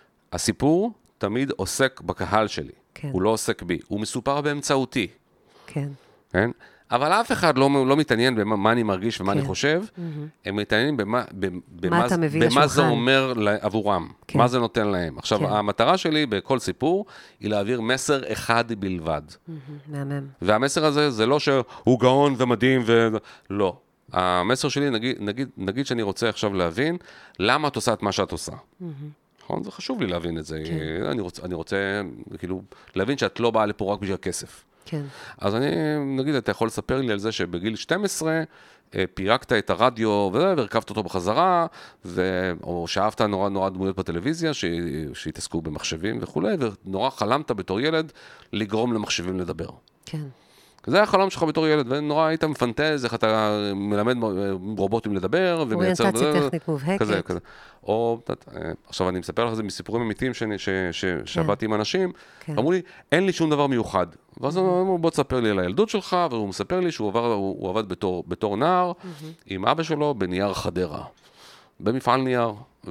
הסיפור תמיד עוסק בקהל שלי. כן. הוא לא עוסק בי, הוא מסופר באמצעותי. כן. כן? אבל אף אחד לא, לא מתעניין במה אני מרגיש ומה כן. אני חושב, mm-hmm. הם מתעניינים במה, במה, במה זה אומר עבורם, כן. מה זה נותן להם. עכשיו, כן. המטרה שלי בכל סיפור, היא להעביר מסר אחד בלבד. מהמם. והמסר הזה, זה לא שהוא גאון ומדהים ולא. המסר שלי, נגיד, נגיד, נגיד שאני רוצה עכשיו להבין, למה את עושה את מה שאת עושה. Mm-hmm. נכון? זה חשוב לי להבין את זה. כן. אני רוצה, אני רוצה, כאילו, להבין שאת לא באה לפה רק בשביל הכסף. כן. אז אני, נגיד, אתה יכול לספר לי על זה שבגיל שתים עשרה, פירקת את הרדיו והרכבת אותו בחזרה, ו... או שאהבת נורא נורא דמויות בטלוויזיה, ש... שהתעסקו במחשבים וכולי, ונורא חלמת בתור ילד לגרום למחשבים לדבר. כן. זה היה החלום שלך בתור ילד, ונורא היית מפנטז, איך אתה מלמד רובוטים לדבר, ומייצר... אוריינטציה טכנית מובהקת. כזה, כזה. או, עכשיו אני מספר לך את זה מסיפורים אמיתיים שעבדתי עם אנשים, אמרו לי, אין לי שום דבר מיוחד. ואז הוא אמרו, בוא תספר לי על הילדות שלך, והוא מספר לי שהוא עבד בתור נער, עם אבא שלו בנייר חדרה, במפעל נייר.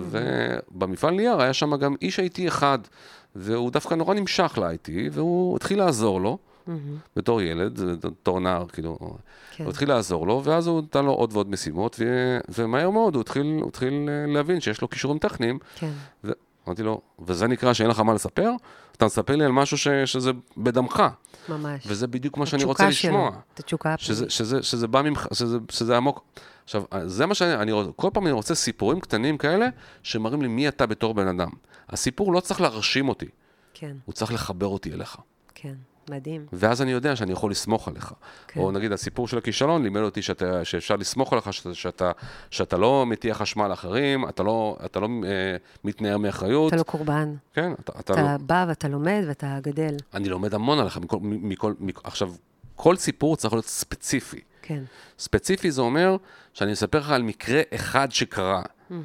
ובמפעל נייר היה שם גם איש איי-טי אחד, והוא דווקא נורא נמשך ל-איי טי, והוא התחיל לעזור לו, בתור ילד, בתור נער, כאילו, הוא התחיל לעזור לו, ואז הוא נתן לו עוד ועוד משימות, ומהר מאוד הוא התחיל להבין שיש לו קישורים טכניים, ואמרתי לו, וזה נקרא שאין לך מה לספר? אתה מספר לי על משהו שזה בדמך. ממש. וזה בדיוק מה שאני רוצה לשמוע. את התשוקה הפנימית. שזה בא ממך, שזה עמוק. עכשיו, זה מה שאני, כל פעם אני רוצה סיפורים קטנים כאלה, שמראים לי מי אתה בתור בן אדם. הסיפור לא צריך להרשים אותי. כן. הוא צריך לחבר אותי אליך. כן. מדהים. ואז אני יודע שאני יכול לסמוך עליך. כן. או נגיד, הסיפור של הכישלון לימד אותי שאתה, שאפשר לסמוך עליך, שאתה, שאתה, שאתה לא מטיח אשמה לאחרים, אתה לא, אתה לא אה, מתנער מאחריות. אתה לא קורבן. כן, אתה, אתה, אתה לא... בא ואתה לומד ואתה גדל. אני לומד המון עליך, מכל, מכל, מכל, עכשיו, כל סיפור צריך להיות ספציפי. כן. ספציפי זה אומר שאני אספר לך על מקרה אחד שקרה. Mm-hmm.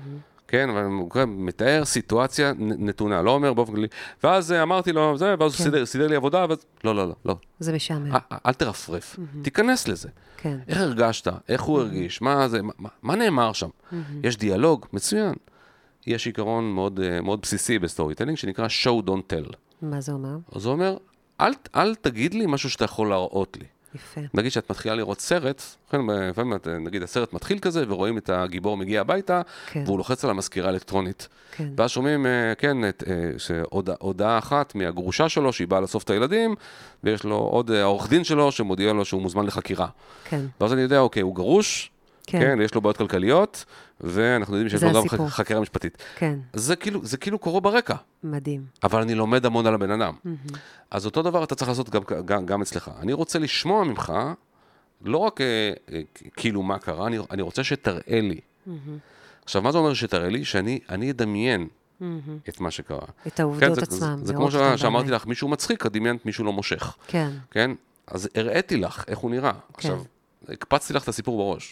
כן, אבל הוא מתאר סיטואציה נתונה, לא אומר באופן כללי. ואז אמרתי לו, זה, ואז הוא סידר, סידר לי עבודה, ואז... לא, לא, לא, לא. זה משעמם. אל תרפרף, תיכנס לזה. כן. איך הרגשת? איך הוא הרגיש? מה זה, מה, מה נאמר שם? יש דיאלוג, מצוין. יש עיקרון מאוד, מאוד בסיסי בסטורי טלינג, שנקרא show don't tell. מה זה אומר? אז זה אומר, אל, אל תגיד לי משהו שאתה יכול להראות לי. יפה. נגיד שאת מתחילה לראות סרט, לפעמים נגיד הסרט מתחיל כזה, ורואים את הגיבור מגיע הביתה, כן. והוא לוחץ על המזכירה האלקטרונית. כן. ואז שומעים, כן, את, הודעה אחת מהגרושה שלו, שהיא באה לאסוף את הילדים, ויש לו עוד העורך דין שלו, שמודיע לו שהוא מוזמן לחקירה. כן. ואז אני יודע, אוקיי, הוא גרוש, כן, כן יש לו בעיות כלכליות, ואנחנו יודעים שיש לו גם הסיפור. חקירה משפטית. כן. זה כאילו, זה כאילו קורה ברקע. מדהים. אבל אני לומד המון על הבן אדם. Mm-hmm. אז אותו דבר אתה צריך לעשות גם, גם, גם אצלך. אני רוצה לשמוע ממך, לא רק אה, אה, כאילו מה קרה, אני, אני רוצה שתראה לי. Mm-hmm. עכשיו, מה זה אומר שתראה לי? שאני אני אדמיין mm-hmm. את מה שקרה. את העובדות כן, עצמם. זה, זה, זה כמו ש... שאמרתי לך, מישהו מצחיק, הדמיינת מישהו לא מושך. כן. כן? אז הראיתי לך איך הוא נראה. כן. עכשיו, הקפצתי לך את הסיפור בראש.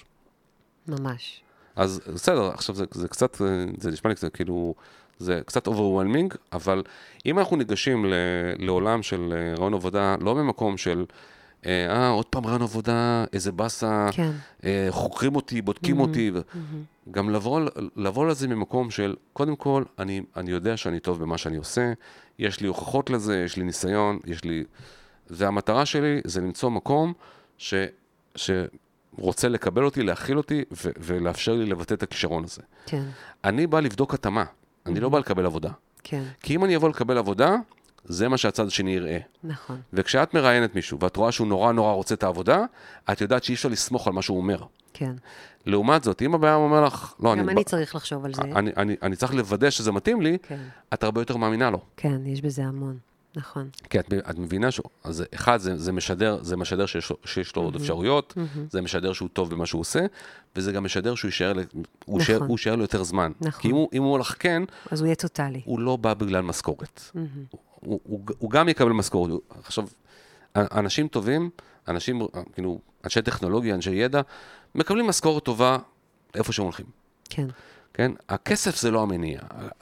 ממש. אז בסדר, עכשיו זה, זה קצת, זה נשמע לי קצת כאילו, זה קצת overwhelming, אבל אם אנחנו ניגשים ל, לעולם של רעיון עבודה, לא במקום של, אה, עוד פעם רעיון עבודה, איזה בסה, כן. אה, חוקרים אותי, בודקים mm-hmm, אותי, mm-hmm. גם לבוא, לבוא לזה ממקום של, קודם כל, אני, אני יודע שאני טוב במה שאני עושה, יש לי הוכחות לזה, יש לי ניסיון, יש לי, והמטרה שלי זה למצוא מקום ש, ש רוצה לקבל אותי, להכיל אותי, ו- ולאפשר לי לבטא את הכישרון הזה. כן. אני בא לבדוק התאמה, אני mm-hmm. לא בא לקבל עבודה. כן. כי אם אני אבוא לקבל עבודה, זה מה שהצד השני יראה. נכון. וכשאת מראיינת מישהו, ואת רואה שהוא נורא נורא רוצה את העבודה, את יודעת שאי אפשר לסמוך על מה שהוא אומר. כן. לעומת זאת, אם הבעיה אומר לך, לא, גם אני... אני צריך לחשוב על זה. אני, אני, אני צריך לוודא שזה מתאים לי, כן. את הרבה יותר מאמינה לו. כן, יש בזה המון. נכון. כי את, את מבינה ש... אז אחד, זה, זה משדר, זה משדר שיש, שיש לו mm-hmm. עוד אפשרויות, mm-hmm. זה משדר שהוא טוב במה שהוא עושה, וזה גם משדר שהוא יישאר, הוא נכון. הוא יישאר לו יותר זמן. נכון. כי אם הוא, אם הוא הולך כן, אז הוא יהיה טוטלי. הוא לא בא בגלל משכורת. Mm-hmm. הוא, הוא, הוא גם יקבל משכורת. עכשיו, אנשים טובים, אנשים, כאילו, אנשי טכנולוגיה, אנשי ידע, מקבלים משכורת טובה איפה שהם הולכים. כן. כן? הכסף זה לא המניע.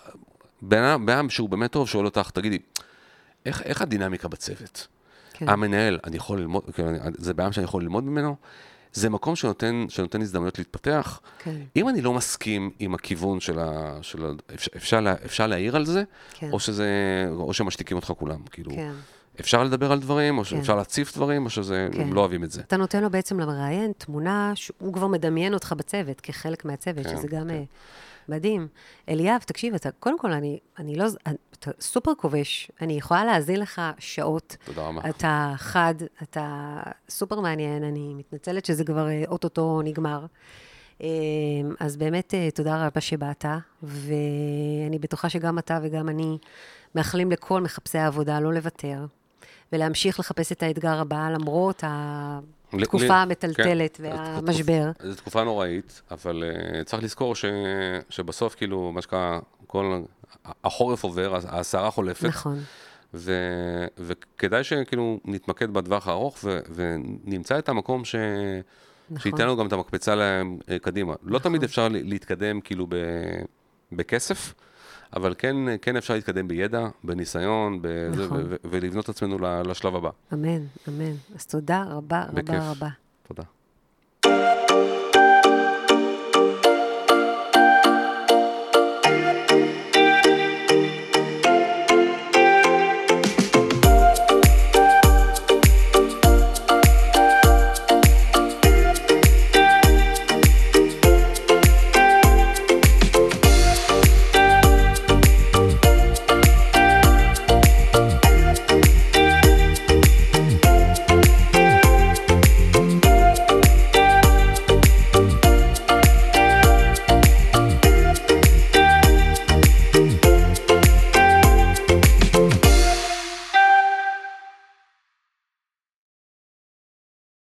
בעם שהוא באמת טוב, שואל אותך, תגידי, איך, איך הדינמיקה בצוות? כן. המנהל, אני יכול ללמוד, זה בעם שאני יכול ללמוד ממנו, זה מקום שנותן, שנותן הזדמנויות להתפתח. כן. אם אני לא מסכים עם הכיוון של ה... של ה אפשר, לה, אפשר להעיר על זה, כן. או שזה, או שמשתיקים אותך כולם, כאילו. כן. אפשר לדבר על דברים, או שאפשר כן. להציף דברים, או שזה, כן. הם לא אוהבים את זה. אתה נותן לו בעצם למראיין תמונה, שהוא כבר מדמיין אותך בצוות, כחלק מהצוות, כן, שזה גם... כן. מדהים. אליאב, תקשיב, אתה, קודם כל, אני, אני לא, אתה סופר כובש, אני יכולה להזין לך שעות. תודה רבה. אתה חד, אתה סופר מעניין, אני מתנצלת שזה כבר אוטוטו נגמר. אז באמת, תודה רבה שבאת, ואני בטוחה שגם אתה וגם אני מאחלים לכל מחפשי העבודה לא לוותר, ולהמשיך לחפש את האתגר הבא, למרות ה... תקופה המטלטלת והמשבר. זו תקופה נוראית, אבל צריך לזכור שבסוף, כאילו, מה שקרה, כל החורף עובר, הסערה חולפת. נכון. וכדאי שכאילו נתמקד בטווח הארוך, ונמצא את המקום שייתן לנו גם את המקפצה להם קדימה. לא תמיד אפשר להתקדם כאילו בכסף, אבל כן, כן אפשר להתקדם בידע, בניסיון, בזה, נכון. ו- ו- ולבנות עצמנו לשלב הבא. אמן, אמן. אז תודה רבה, רבה, רבה. תודה.